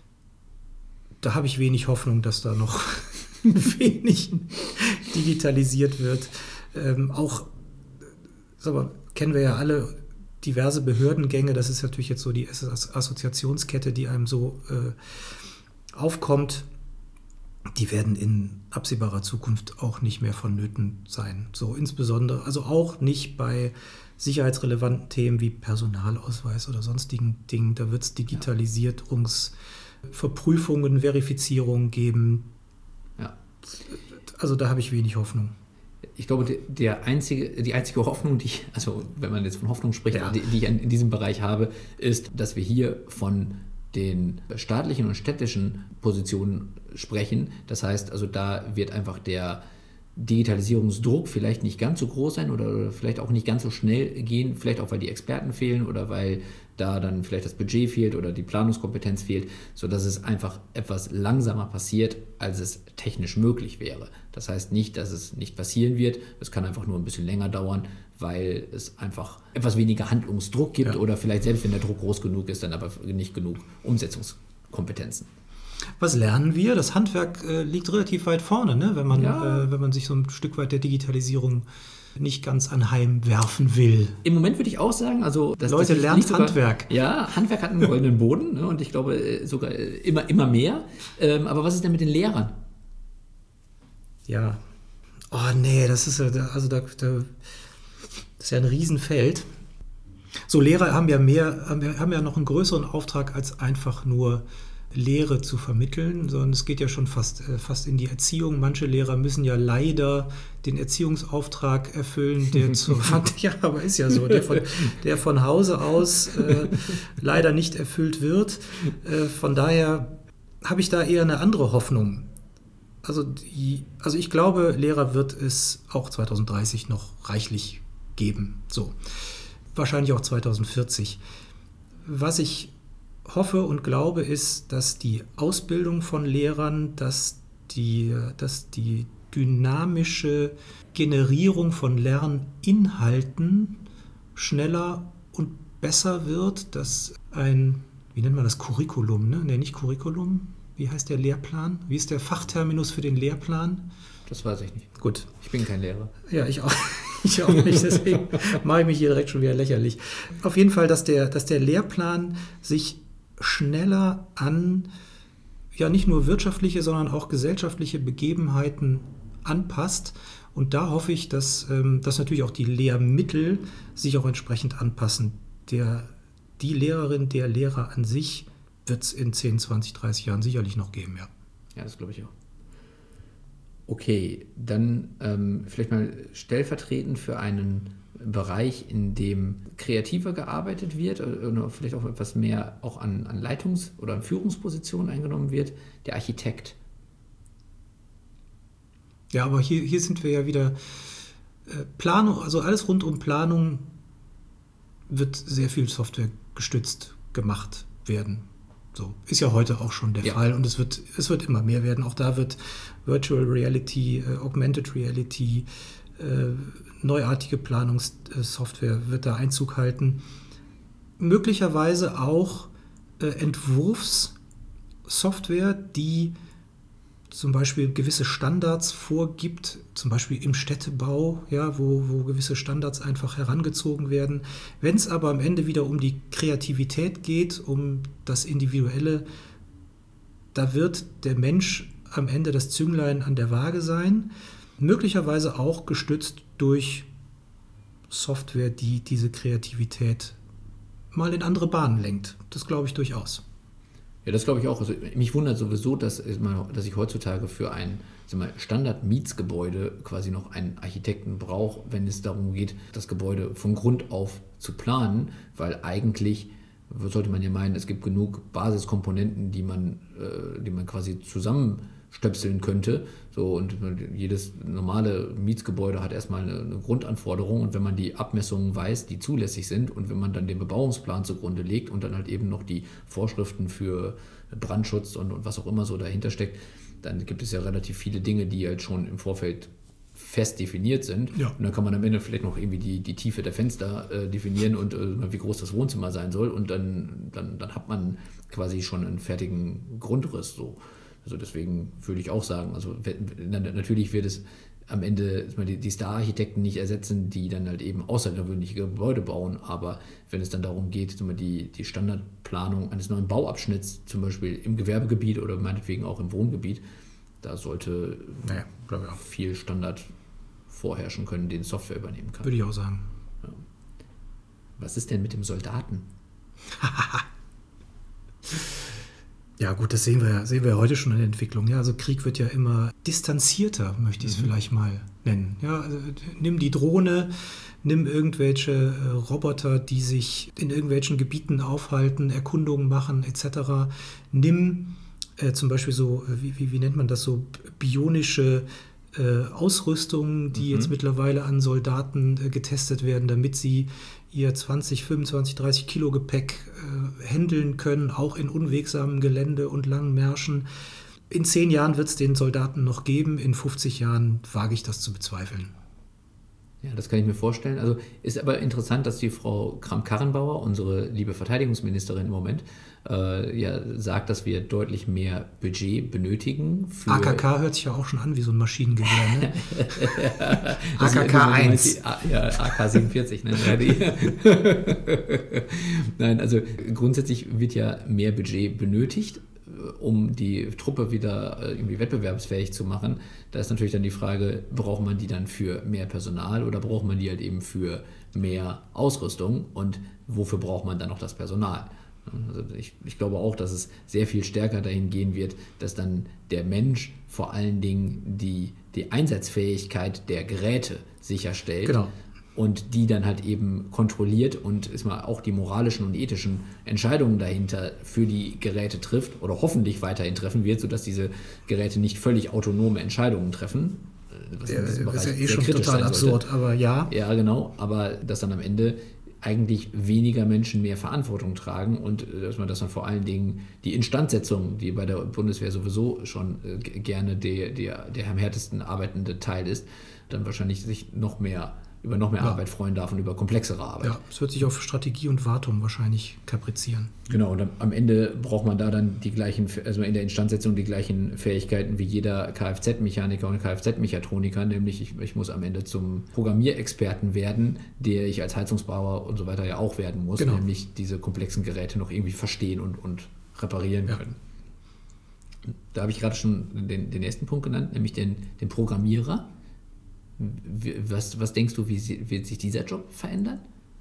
Da habe ich wenig Hoffnung, dass da noch wenig digitalisiert wird. Ähm, auch, aber kennen wir ja alle, diverse Behördengänge. Das ist natürlich jetzt so die Assoziationskette, die einem so äh, aufkommt. Die werden in absehbarer Zukunft auch nicht mehr vonnöten sein. So insbesondere, also auch nicht bei sicherheitsrelevanten Themen wie Personalausweis oder sonstigen Dingen. Da wird es Digitalisierungsverprüfungen, Verifizierungen geben. Ja. Also da habe ich wenig Hoffnung. Ich glaube, der einzige, die einzige Hoffnung, die ich, also wenn man jetzt von Hoffnung spricht, Ja. die, die ich in diesem Bereich habe, ist, dass wir hier von den staatlichen und städtischen Positionen sprechen. Das heißt, also da wird einfach der Digitalisierungsdruck vielleicht nicht ganz so groß sein oder vielleicht auch nicht ganz so schnell gehen, vielleicht auch, weil die Experten fehlen oder weil da dann vielleicht das Budget fehlt oder die Planungskompetenz fehlt, sodass es einfach etwas langsamer passiert, als es technisch möglich wäre. Das heißt nicht, dass es nicht passieren wird, es kann einfach nur ein bisschen länger dauern, weil es einfach etwas weniger Handlungsdruck gibt Ja. oder vielleicht selbst wenn der Druck groß genug ist, dann aber nicht genug Umsetzungskompetenzen. Was lernen wir? Das Handwerk äh, liegt relativ weit vorne, ne? wenn man, Ja. äh, wenn man sich so ein Stück weit der Digitalisierung nicht ganz anheimwerfen will. Im Moment würde ich auch sagen, also das, Leute, das lernt liegt sogar, Handwerk. Ja, Handwerk hat einen goldenen Boden, ne, und ich glaube äh, sogar äh, immer, immer mehr. Ähm, aber was ist denn mit den Lehrern? Ja. Oh nee, das ist ja, also da, da, das ist ja ein Riesenfeld. So, Lehrer haben ja mehr, haben ja, haben ja noch einen größeren Auftrag, als einfach nur Lehre zu vermitteln, sondern es geht ja schon fast, äh, fast in die Erziehung. Manche Lehrer müssen ja leider den Erziehungsauftrag erfüllen, der zu, ja, aber ist ja so, der von, der von Hause aus äh, leider nicht erfüllt wird. Äh, von daher habe ich da eher eine andere Hoffnung. Also, die, also ich glaube, Lehrer wird es auch zwanzig dreißig noch reichlich geben. So. Wahrscheinlich auch zwanzig vierzig. Was ich hoffe und glaube, ist, dass die Ausbildung von Lehrern, dass die, dass die dynamische Generierung von Lerninhalten schneller und besser wird, dass ein, wie nennt man das, Curriculum, ne? Nee, nicht Curriculum, wie heißt der Lehrplan? Wie ist der Fachterminus für den Lehrplan? Das weiß ich nicht. Gut. Ich bin kein Lehrer. Ja, ich auch, ich auch nicht, deswegen mache ich mich hier direkt schon wieder lächerlich. Auf jeden Fall, dass der, dass der Lehrplan sich schneller an ja nicht nur wirtschaftliche, sondern auch gesellschaftliche Begebenheiten anpasst. Und da hoffe ich, dass, ähm, dass natürlich auch die Lehrmittel sich auch entsprechend anpassen. Der, die Lehrerin, der Lehrer an sich wird es in zehn, zwanzig, dreißig Jahren sicherlich noch geben, ja. Ja, das glaube ich auch. Okay, dann ähm, vielleicht mal stellvertretend für einen Bereich, in dem kreativer gearbeitet wird oder vielleicht auch etwas mehr auch an, an Leitungs- oder an Führungspositionen eingenommen wird, der Architekt. Ja, aber hier, hier sind wir ja wieder Äh, Planung, also alles rund um Planung wird sehr viel Software gestützt gemacht werden. So, ist ja heute auch schon der ja. Fall und es wird, es wird immer mehr werden. Auch da wird Virtual Reality, äh, Augmented Reality, äh, neuartige Planungssoftware wird da Einzug halten. Möglicherweise auch äh, Entwurfssoftware, die zum Beispiel gewisse Standards vorgibt, zum Beispiel im Städtebau, ja, wo, wo gewisse Standards einfach herangezogen werden. Wenn es aber am Ende wieder um die Kreativität geht, um das Individuelle, da wird der Mensch am Ende das Zünglein an der Waage sein, möglicherweise auch gestützt durch Software, die diese Kreativität mal in andere Bahnen lenkt. Das glaube ich durchaus. Ja, das glaube ich auch. Also, mich wundert sowieso, dass, dass ich heutzutage für ein Standard-Mietsgebäude quasi noch einen Architekten brauche, wenn es darum geht, das Gebäude von Grund auf zu planen, weil eigentlich sollte man ja meinen, es gibt genug Basiskomponenten, die man, äh, die man quasi zusammenstöpseln könnte. So, und jedes normale Mietsgebäude hat erstmal eine, eine Grundanforderung, und wenn man die Abmessungen weiß, die zulässig sind, und wenn man dann den Bebauungsplan zugrunde legt und dann halt eben noch die Vorschriften für Brandschutz und, und was auch immer so dahinter steckt, dann gibt es ja relativ viele Dinge, die halt schon im Vorfeld fest definiert sind. Ja. Und dann kann man am Ende vielleicht noch irgendwie die, die Tiefe der Fenster äh, definieren und äh, wie groß das Wohnzimmer sein soll, und dann, dann, dann hat man quasi schon einen fertigen Grundriss. So. Also deswegen würde ich auch sagen, also natürlich wird es am Ende die Star-Architekten nicht ersetzen, die dann halt eben außergewöhnliche Gebäude bauen, aber wenn es dann darum geht, die, die Standardplanung eines neuen Bauabschnitts, zum Beispiel im Gewerbegebiet oder meinetwegen auch im Wohngebiet, da sollte naja, viel Standard vorherrschen können, den Software übernehmen kann. Würde ich auch sagen. Ja. Was ist denn mit dem Soldaten? Ja gut, das sehen wir ja, sehen wir ja heute schon in der Entwicklung. Ja, also Krieg wird ja immer distanzierter, möchte ich es mhm. vielleicht mal nennen. Ja, also nimm die Drohne, nimm irgendwelche äh, Roboter, die sich in irgendwelchen Gebieten aufhalten, Erkundungen machen et cetera. Nimm äh, zum Beispiel so, wie, wie, wie nennt man das, so bionische äh, Ausrüstungen, die mhm. jetzt mittlerweile an Soldaten äh, getestet werden, damit sie ihr zwanzig, fünfundzwanzig, dreißig Kilo Gepäck äh, handeln können, auch in unwegsamem Gelände und langen Märschen. In zehn Jahren wird es den Soldaten noch geben, in fünfzig Jahren wage ich das zu bezweifeln. Ja, das kann ich mir vorstellen. Also ist aber interessant, dass die Frau Kramp-Karrenbauer, unsere liebe Verteidigungsministerin im Moment, äh, ja sagt, dass wir deutlich mehr Budget benötigen. Für A K K hört sich ja auch schon an wie so ein Maschinengewehr, ne? ja, A K K eins. Ja, A K siebenundvierzig. Ne? Nein, also grundsätzlich wird ja mehr Budget benötigt, um die Truppe wieder irgendwie wettbewerbsfähig zu machen. Da ist natürlich dann die Frage, braucht man die dann für mehr Personal oder braucht man die halt eben für mehr Ausrüstung, und wofür braucht man dann noch das Personal? Also ich, ich glaube auch, dass es sehr viel stärker dahin gehen wird, dass dann der Mensch vor allen Dingen die, die Einsatzfähigkeit der Geräte sicherstellt. Genau. Und die dann halt eben kontrolliert und ist mal auch die moralischen und ethischen Entscheidungen dahinter für die Geräte trifft oder hoffentlich weiterhin treffen wird, sodass diese Geräte nicht völlig autonome Entscheidungen treffen. Was ja, das ist ja eh schon total absurd, aber ja. Ja, genau, aber dass dann am Ende eigentlich weniger Menschen mehr Verantwortung tragen und dass man das dann vor allen Dingen die Instandsetzung, die bei der Bundeswehr sowieso schon äh, gerne der, der, der am härtesten arbeitende Teil ist, dann wahrscheinlich sich noch mehr über noch mehr ja. Arbeit freuen darf und über komplexere Arbeit. Ja, es wird sich auf Strategie und Wartung wahrscheinlich kaprizieren. Genau, und am Ende braucht man da dann die gleichen, also in der Instandsetzung die gleichen Fähigkeiten wie jeder Kfz-Mechaniker und Kfz-Mechatroniker, nämlich ich, ich muss am Ende zum Programmierexperten werden, der ich als Heizungsbauer und so weiter ja auch werden muss, genau. nämlich diese komplexen Geräte noch irgendwie verstehen und, und reparieren ja. können. Da habe ich gerade schon den, den ersten Punkt genannt, nämlich den, den Programmierer. Was, was denkst du, wie wird sich dieser Job verändern?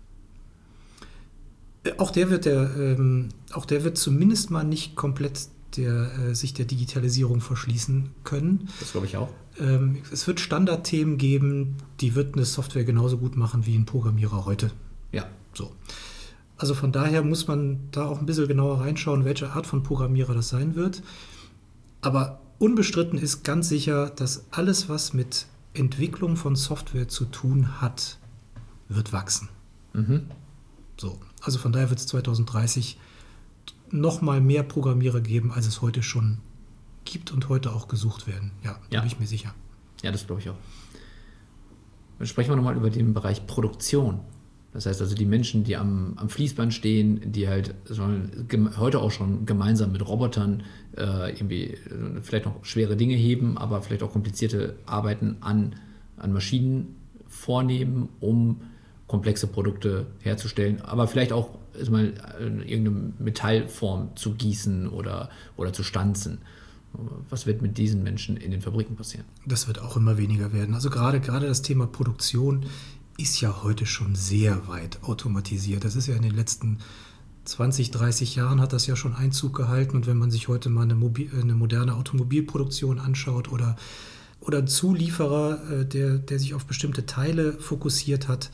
Auch der wird der, ähm, auch der wird zumindest mal nicht komplett der, äh, sich der Digitalisierung verschließen können. Das glaube ich auch. Ähm, es wird Standardthemen geben, die wird eine Software genauso gut machen wie ein Programmierer heute. Ja. So. Also von daher muss man da auch ein bisschen genauer reinschauen, welche Art von Programmierer das sein wird. Aber unbestritten ist ganz sicher, dass alles, was mit Entwicklung von Software zu tun hat, wird wachsen. Mhm. So, also von daher wird es zwanzig dreißig noch mal mehr Programmierer geben, als es heute schon gibt und heute auch gesucht werden. Ja, da Ja. bin ich mir sicher. Ja, das glaube ich auch. Dann sprechen wir nochmal über den Bereich Produktion. Das heißt also die Menschen, die am, am Fließband stehen, die halt sollen gem- heute auch schon gemeinsam mit Robotern äh, irgendwie äh, vielleicht noch schwere Dinge heben, aber vielleicht auch komplizierte Arbeiten an, an Maschinen vornehmen, um komplexe Produkte herzustellen, aber vielleicht auch ist mal, in irgendeine Metallform zu gießen oder, oder zu stanzen. Was wird mit diesen Menschen in den Fabriken passieren? Das wird auch immer weniger werden. Also gerade, gerade das Thema Produktion ist ja heute schon sehr weit automatisiert. Das ist ja in den letzten zwanzig, dreißig Jahren hat das ja schon Einzug gehalten. Und wenn man sich heute mal eine, Mobil, eine moderne Automobilproduktion anschaut oder, oder einen Zulieferer, der, der sich auf bestimmte Teile fokussiert hat,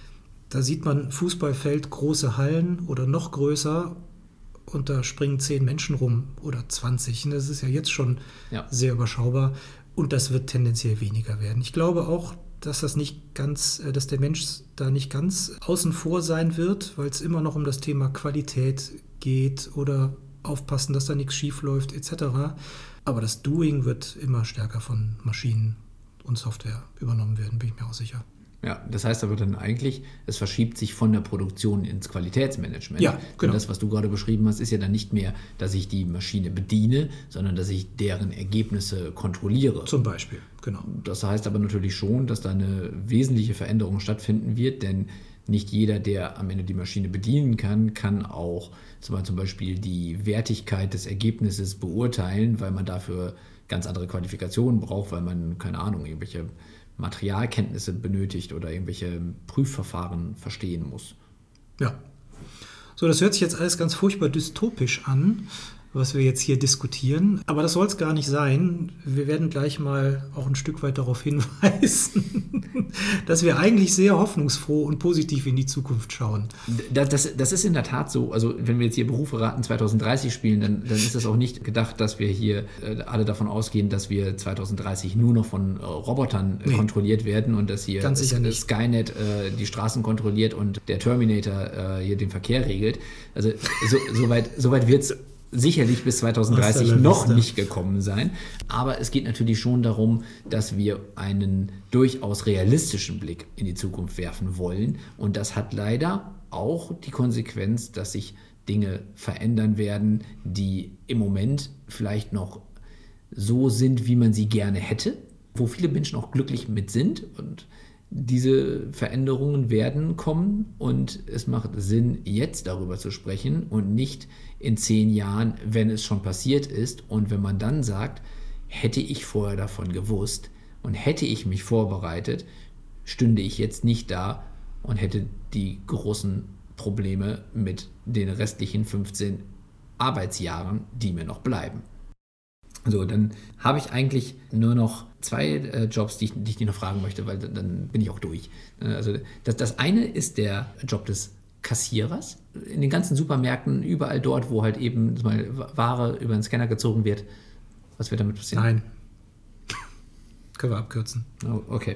da sieht man Fußballfeld, große Hallen oder noch größer und da springen zehn Menschen rum oder zwanzig. Das ist ja jetzt schon Ja. sehr überschaubar und das wird tendenziell weniger werden. Ich glaube auch, dass das nicht ganz, dass der Mensch da nicht ganz außen vor sein wird, weil es immer noch um das Thema Qualität geht oder aufpassen, dass da nichts schief läuft et cetera. Aber das Doing wird immer stärker von Maschinen und Software übernommen werden, bin ich mir auch sicher. Ja, das heißt aber dann eigentlich, es verschiebt sich von der Produktion ins Qualitätsmanagement. Ja, genau. Und das, was du gerade beschrieben hast, ist ja dann nicht mehr, dass ich die Maschine bediene, sondern dass ich deren Ergebnisse kontrolliere. Zum Beispiel, genau. Das heißt aber natürlich schon, dass da eine wesentliche Veränderung stattfinden wird, denn nicht jeder, der am Ende die Maschine bedienen kann, kann auch zum Beispiel die Wertigkeit des Ergebnisses beurteilen, weil man dafür ganz andere Qualifikationen braucht, weil man, keine Ahnung, irgendwelche Materialkenntnisse benötigt oder irgendwelche Prüfverfahren verstehen muss. Ja. So, das hört sich jetzt alles ganz furchtbar dystopisch an, was wir jetzt hier diskutieren. Aber das soll es gar nicht sein. Wir werden gleich mal auch ein Stück weit darauf hinweisen, dass wir eigentlich sehr hoffnungsfroh und positiv in die Zukunft schauen. Das, das, das ist in der Tat so. Also wenn wir jetzt hier Berufe raten zwanzig dreißig spielen, dann, dann ist das auch nicht gedacht, dass wir hier äh, alle davon ausgehen, dass wir zwanzig dreißig nur noch von äh, Robotern äh, Nee. kontrolliert werden und dass hier Ganz sicher nicht. Skynet äh, die Straßen kontrolliert und der Terminator äh, hier den Verkehr regelt. Also so, so weit, so weit wird es sicherlich bis zwanzig dreißig Hasta la noch vista. nicht gekommen sein. Aber es geht natürlich schon darum, dass wir einen durchaus realistischen Blick in die Zukunft werfen wollen. Und das hat leider auch die Konsequenz, dass sich Dinge verändern werden, die im Moment vielleicht noch so sind, wie man sie gerne hätte, wo viele Menschen auch glücklich mit sind. Und diese Veränderungen werden kommen und es macht Sinn, jetzt darüber zu sprechen und nicht in zehn Jahren, wenn es schon passiert ist. Und wenn man dann sagt, hätte ich vorher davon gewusst und hätte ich mich vorbereitet, stünde ich jetzt nicht da und hätte die großen Probleme mit den restlichen fünfzehn Arbeitsjahren, die mir noch bleiben. So, dann habe ich eigentlich nur noch zwei äh, Jobs, die ich, die ich dir noch fragen möchte, weil dann, dann bin ich auch durch. Also das, das eine ist der Job des Kassierers. In den ganzen Supermärkten, überall dort, wo halt eben mal Ware über den Scanner gezogen wird. Was wird damit passieren? Nein. Können wir abkürzen. Oh, okay.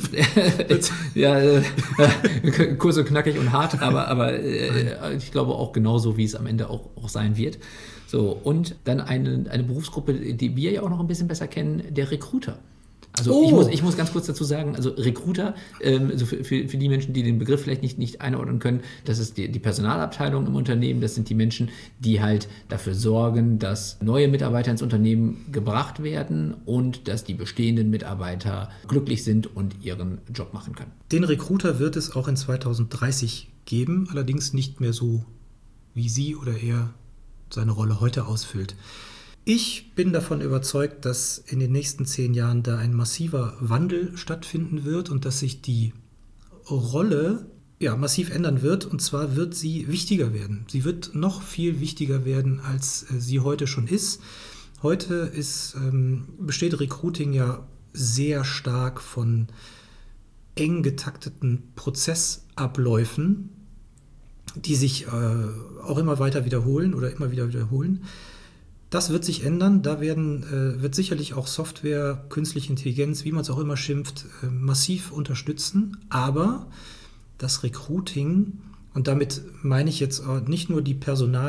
Ja, äh, kurz und knackig und hart, aber, aber äh, ich glaube auch genauso, wie es am Ende auch, auch sein wird. So, und dann eine, eine Berufsgruppe, die wir ja auch noch ein bisschen besser kennen, der Recruiter. Also Oh. ich, muss, ich muss ganz kurz dazu sagen, also Recruiter, ähm, also für, für, für die Menschen, die den Begriff vielleicht nicht, nicht einordnen können, das ist die, die Personalabteilung im Unternehmen, das sind die Menschen, die halt dafür sorgen, dass neue Mitarbeiter ins Unternehmen gebracht werden und dass die bestehenden Mitarbeiter glücklich sind und ihren Job machen können. Den Recruiter wird es auch in zwanzig dreißig geben, allerdings nicht mehr so, wie sie oder er seine Rolle heute ausfüllt. Ich bin davon überzeugt, dass in den nächsten zehn Jahren da ein massiver Wandel stattfinden wird und dass sich die Rolle ja, massiv ändern wird. Und zwar wird sie wichtiger werden. Sie wird noch viel wichtiger werden, als äh, sie heute schon ist. Heute ist, ähm, besteht Recruiting ja sehr stark von eng getakteten Prozessabläufen, die sich äh, auch immer weiter wiederholen oder immer wieder wiederholen. Das wird sich ändern. Da werden, äh, wird sicherlich auch Software, künstliche Intelligenz, wie man es auch immer schimpft, äh, massiv unterstützen. Aber das Recruiting, und damit meine ich jetzt auch nicht nur die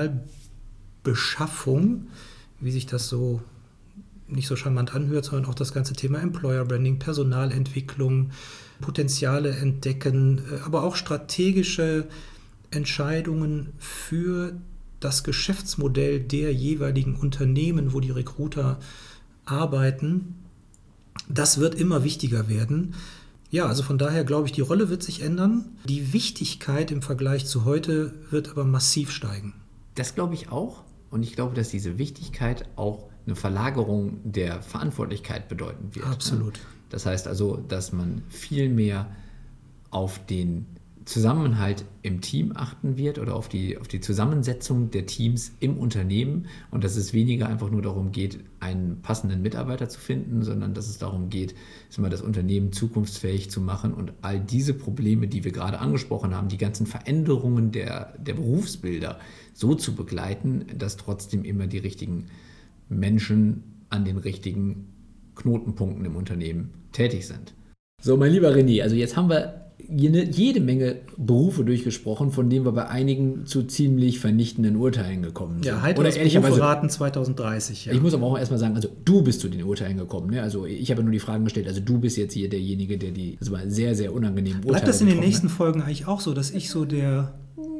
Personalbeschaffung, wie sich das so nicht so charmant anhört, sondern auch das ganze Thema Employer Branding, Personalentwicklung, Potenziale entdecken, aber auch strategische Entscheidungen für das Geschäftsmodell der jeweiligen Unternehmen, wo die Recruiter arbeiten. Das wird immer wichtiger werden. Ja, also von daher glaube ich, die Rolle wird sich ändern. Die Wichtigkeit im Vergleich zu heute wird aber massiv steigen. Das glaube ich auch. Und ich glaube, dass diese Wichtigkeit auch eine Verlagerung der Verantwortlichkeit bedeuten wird. Absolut. Das heißt also, dass man viel mehr auf den Zusammenhalt im Team achten wird oder auf die, auf die Zusammensetzung der Teams im Unternehmen und dass es weniger einfach nur darum geht, einen passenden Mitarbeiter zu finden, sondern dass es darum geht, das Unternehmen zukunftsfähig zu machen und all diese Probleme, die wir gerade angesprochen haben, die ganzen Veränderungen der, der Berufsbilder so zu begleiten, dass trotzdem immer die richtigen Menschen an den richtigen Knotenpunkten im Unternehmen tätig sind. So, mein lieber René, also jetzt haben wir jede, jede Menge Berufe durchgesprochen, von denen wir bei einigen zu ziemlich vernichtenden Urteilen gekommen sind. Ja, heiteres Beruferaten zwanzig dreißig. Ja. Ich muss aber auch erstmal sagen, also du bist zu den Urteilen gekommen. Ne? Also ich habe nur die Fragen gestellt, also du bist jetzt hier derjenige, der die also sehr, sehr unangenehmen Urteile Bleibt das in den nächsten hat. Folgen eigentlich auch so, dass ich so der...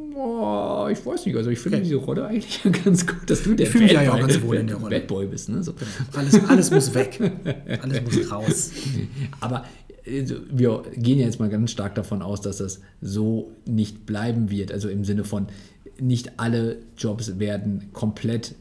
Oh, ich weiß nicht, also ich finde okay. diese Rolle eigentlich ganz gut, dass du der ich fühle mich ja auch ganz wohl in der Rolle. Bad Boy bist. Ne? So. Alles, alles muss weg, alles muss raus. Aber also, wir gehen ja jetzt mal ganz stark davon aus, dass das so nicht bleiben wird, also im Sinne von nicht alle Jobs werden komplett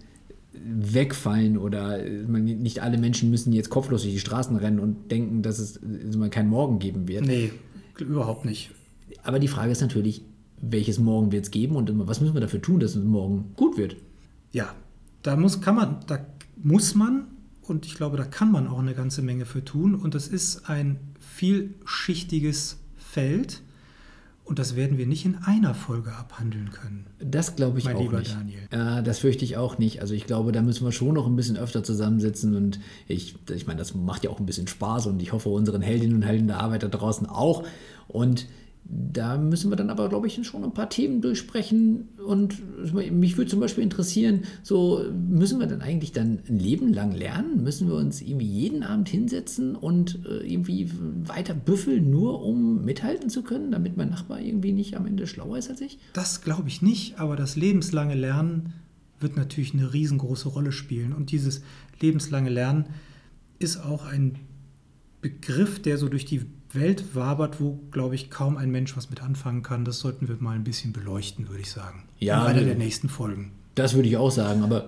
wegfallen oder nicht alle Menschen müssen jetzt kopflos durch die Straßen rennen und denken, dass es also, keinen Morgen geben wird. Nee, überhaupt nicht. Aber die Frage ist natürlich, welches Morgen wird es geben und was müssen wir dafür tun, dass es morgen gut wird? Ja, da muss, kann man, da muss man und ich glaube, da kann man auch eine ganze Menge für tun und das ist ein vielschichtiges Feld und das werden wir nicht in einer Folge abhandeln können. Das glaube ich mein auch lieber nicht. Daniel. Ja, das fürchte ich auch nicht. Also ich glaube, da müssen wir schon noch ein bisschen öfter zusammensitzen und ich, ich meine, das macht ja auch ein bisschen Spaß und ich hoffe unseren Heldinnen und Helden der Arbeit da draußen auch und da müssen wir dann aber, glaube ich, schon ein paar Themen durchsprechen und mich würde zum Beispiel interessieren, so müssen wir dann eigentlich dann ein Leben lang lernen? Müssen wir uns irgendwie jeden Abend hinsetzen und irgendwie weiter büffeln, nur um mithalten zu können, damit mein Nachbar irgendwie nicht am Ende schlauer ist als ich? Das glaube ich nicht, aber das lebenslange Lernen wird natürlich eine riesengroße Rolle spielen und dieses lebenslange Lernen ist auch ein Begriff, der so durch die Welt wabert, wo, glaube ich, kaum ein Mensch was mit anfangen kann. Das sollten wir mal ein bisschen beleuchten, würde ich sagen. Ja, in einer der nächsten Folgen. Das würde ich auch sagen, aber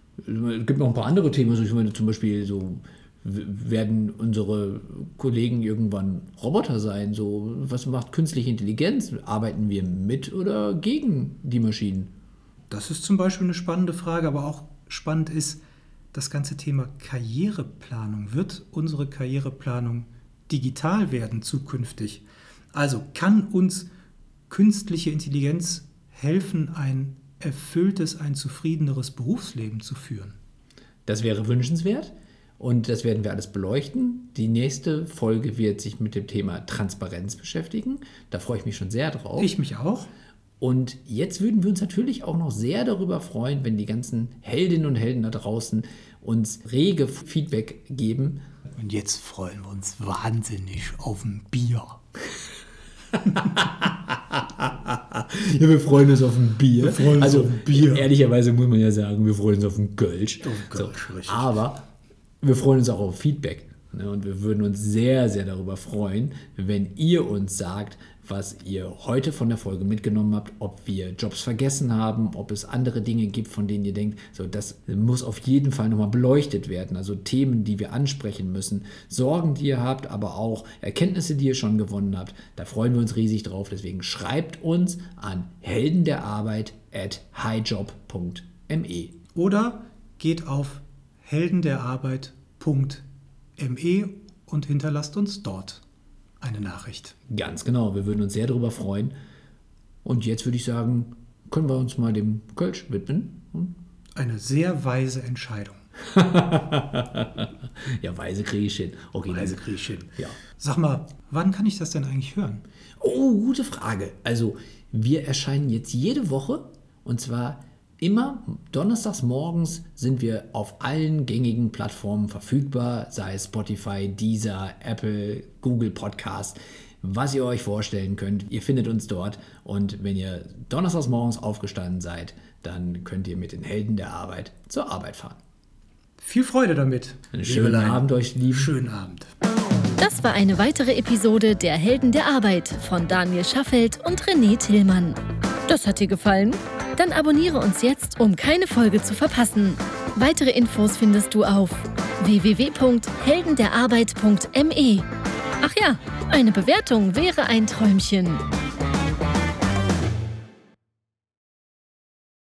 es gibt noch ein paar andere Themen. Also ich meine zum Beispiel so, werden unsere Kollegen irgendwann Roboter sein? So, was macht künstliche Intelligenz? Arbeiten wir mit oder gegen die Maschinen? Das ist zum Beispiel eine spannende Frage, aber auch spannend ist das ganze Thema Karriereplanung. Wird unsere Karriereplanung digital werden zukünftig? Also kann uns künstliche Intelligenz helfen, ein erfülltes, ein zufriedeneres Berufsleben zu führen? Das wäre wünschenswert und das werden wir alles beleuchten. Die nächste Folge wird sich mit dem Thema Transparenz beschäftigen. Da freue ich mich schon sehr drauf. Ich mich auch. Und jetzt würden wir uns natürlich auch noch sehr darüber freuen, wenn die ganzen Heldinnen und Helden da draußen uns rege Feedback geben. Und jetzt freuen wir uns wahnsinnig auf ein Bier. Ja, wir freuen uns auf ein Bier. Wir freuen uns also, auf ein Bier. Ehrlicherweise muss man ja sagen, wir freuen uns auf ein Kölsch. Auf Kölsch, so, richtig. aber wir freuen uns auch auf Feedback. Ne? Und wir würden uns sehr, sehr darüber freuen, wenn ihr uns sagt, was ihr heute von der Folge mitgenommen habt, ob wir Jobs vergessen haben, ob es andere Dinge gibt, von denen ihr denkt, so, das muss auf jeden Fall nochmal beleuchtet werden. Also Themen, die wir ansprechen müssen, Sorgen, die ihr habt, aber auch Erkenntnisse, die ihr schon gewonnen habt. Da freuen wir uns riesig drauf. Deswegen schreibt uns an heldenderarbeit at highjob punkt me. Oder geht auf heldenderarbeit punkt me und hinterlasst uns dort eine Nachricht. Ganz genau, wir würden uns sehr darüber freuen. Und jetzt würde ich sagen, können wir uns mal dem Kölsch widmen. Eine sehr weise Entscheidung. Ja, weise kriege ich hin. Okay, Weise kriege ich hin. Ja. Sag mal, wann kann ich das denn eigentlich hören? Oh, gute Frage. Also, wir erscheinen jetzt jede Woche und zwar immer donnerstags morgens sind wir auf allen gängigen Plattformen verfügbar, sei es Spotify, Deezer, Apple, Google Podcast, was ihr euch vorstellen könnt. Ihr findet uns dort und wenn ihr donnerstags morgens aufgestanden seid, dann könnt ihr mit den Helden der Arbeit zur Arbeit fahren. Viel Freude damit. Einen schönen Abend euch, lieben. Schönen Abend. Das war eine weitere Episode der Helden der Arbeit von Daniel Schaffelt und René Tillmann. Das hat dir gefallen? Dann abonniere uns jetzt, um keine Folge zu verpassen. Weitere Infos findest du auf w w w punkt helden der arbeit punkt m e. Ach ja, eine Bewertung wäre ein Träumchen.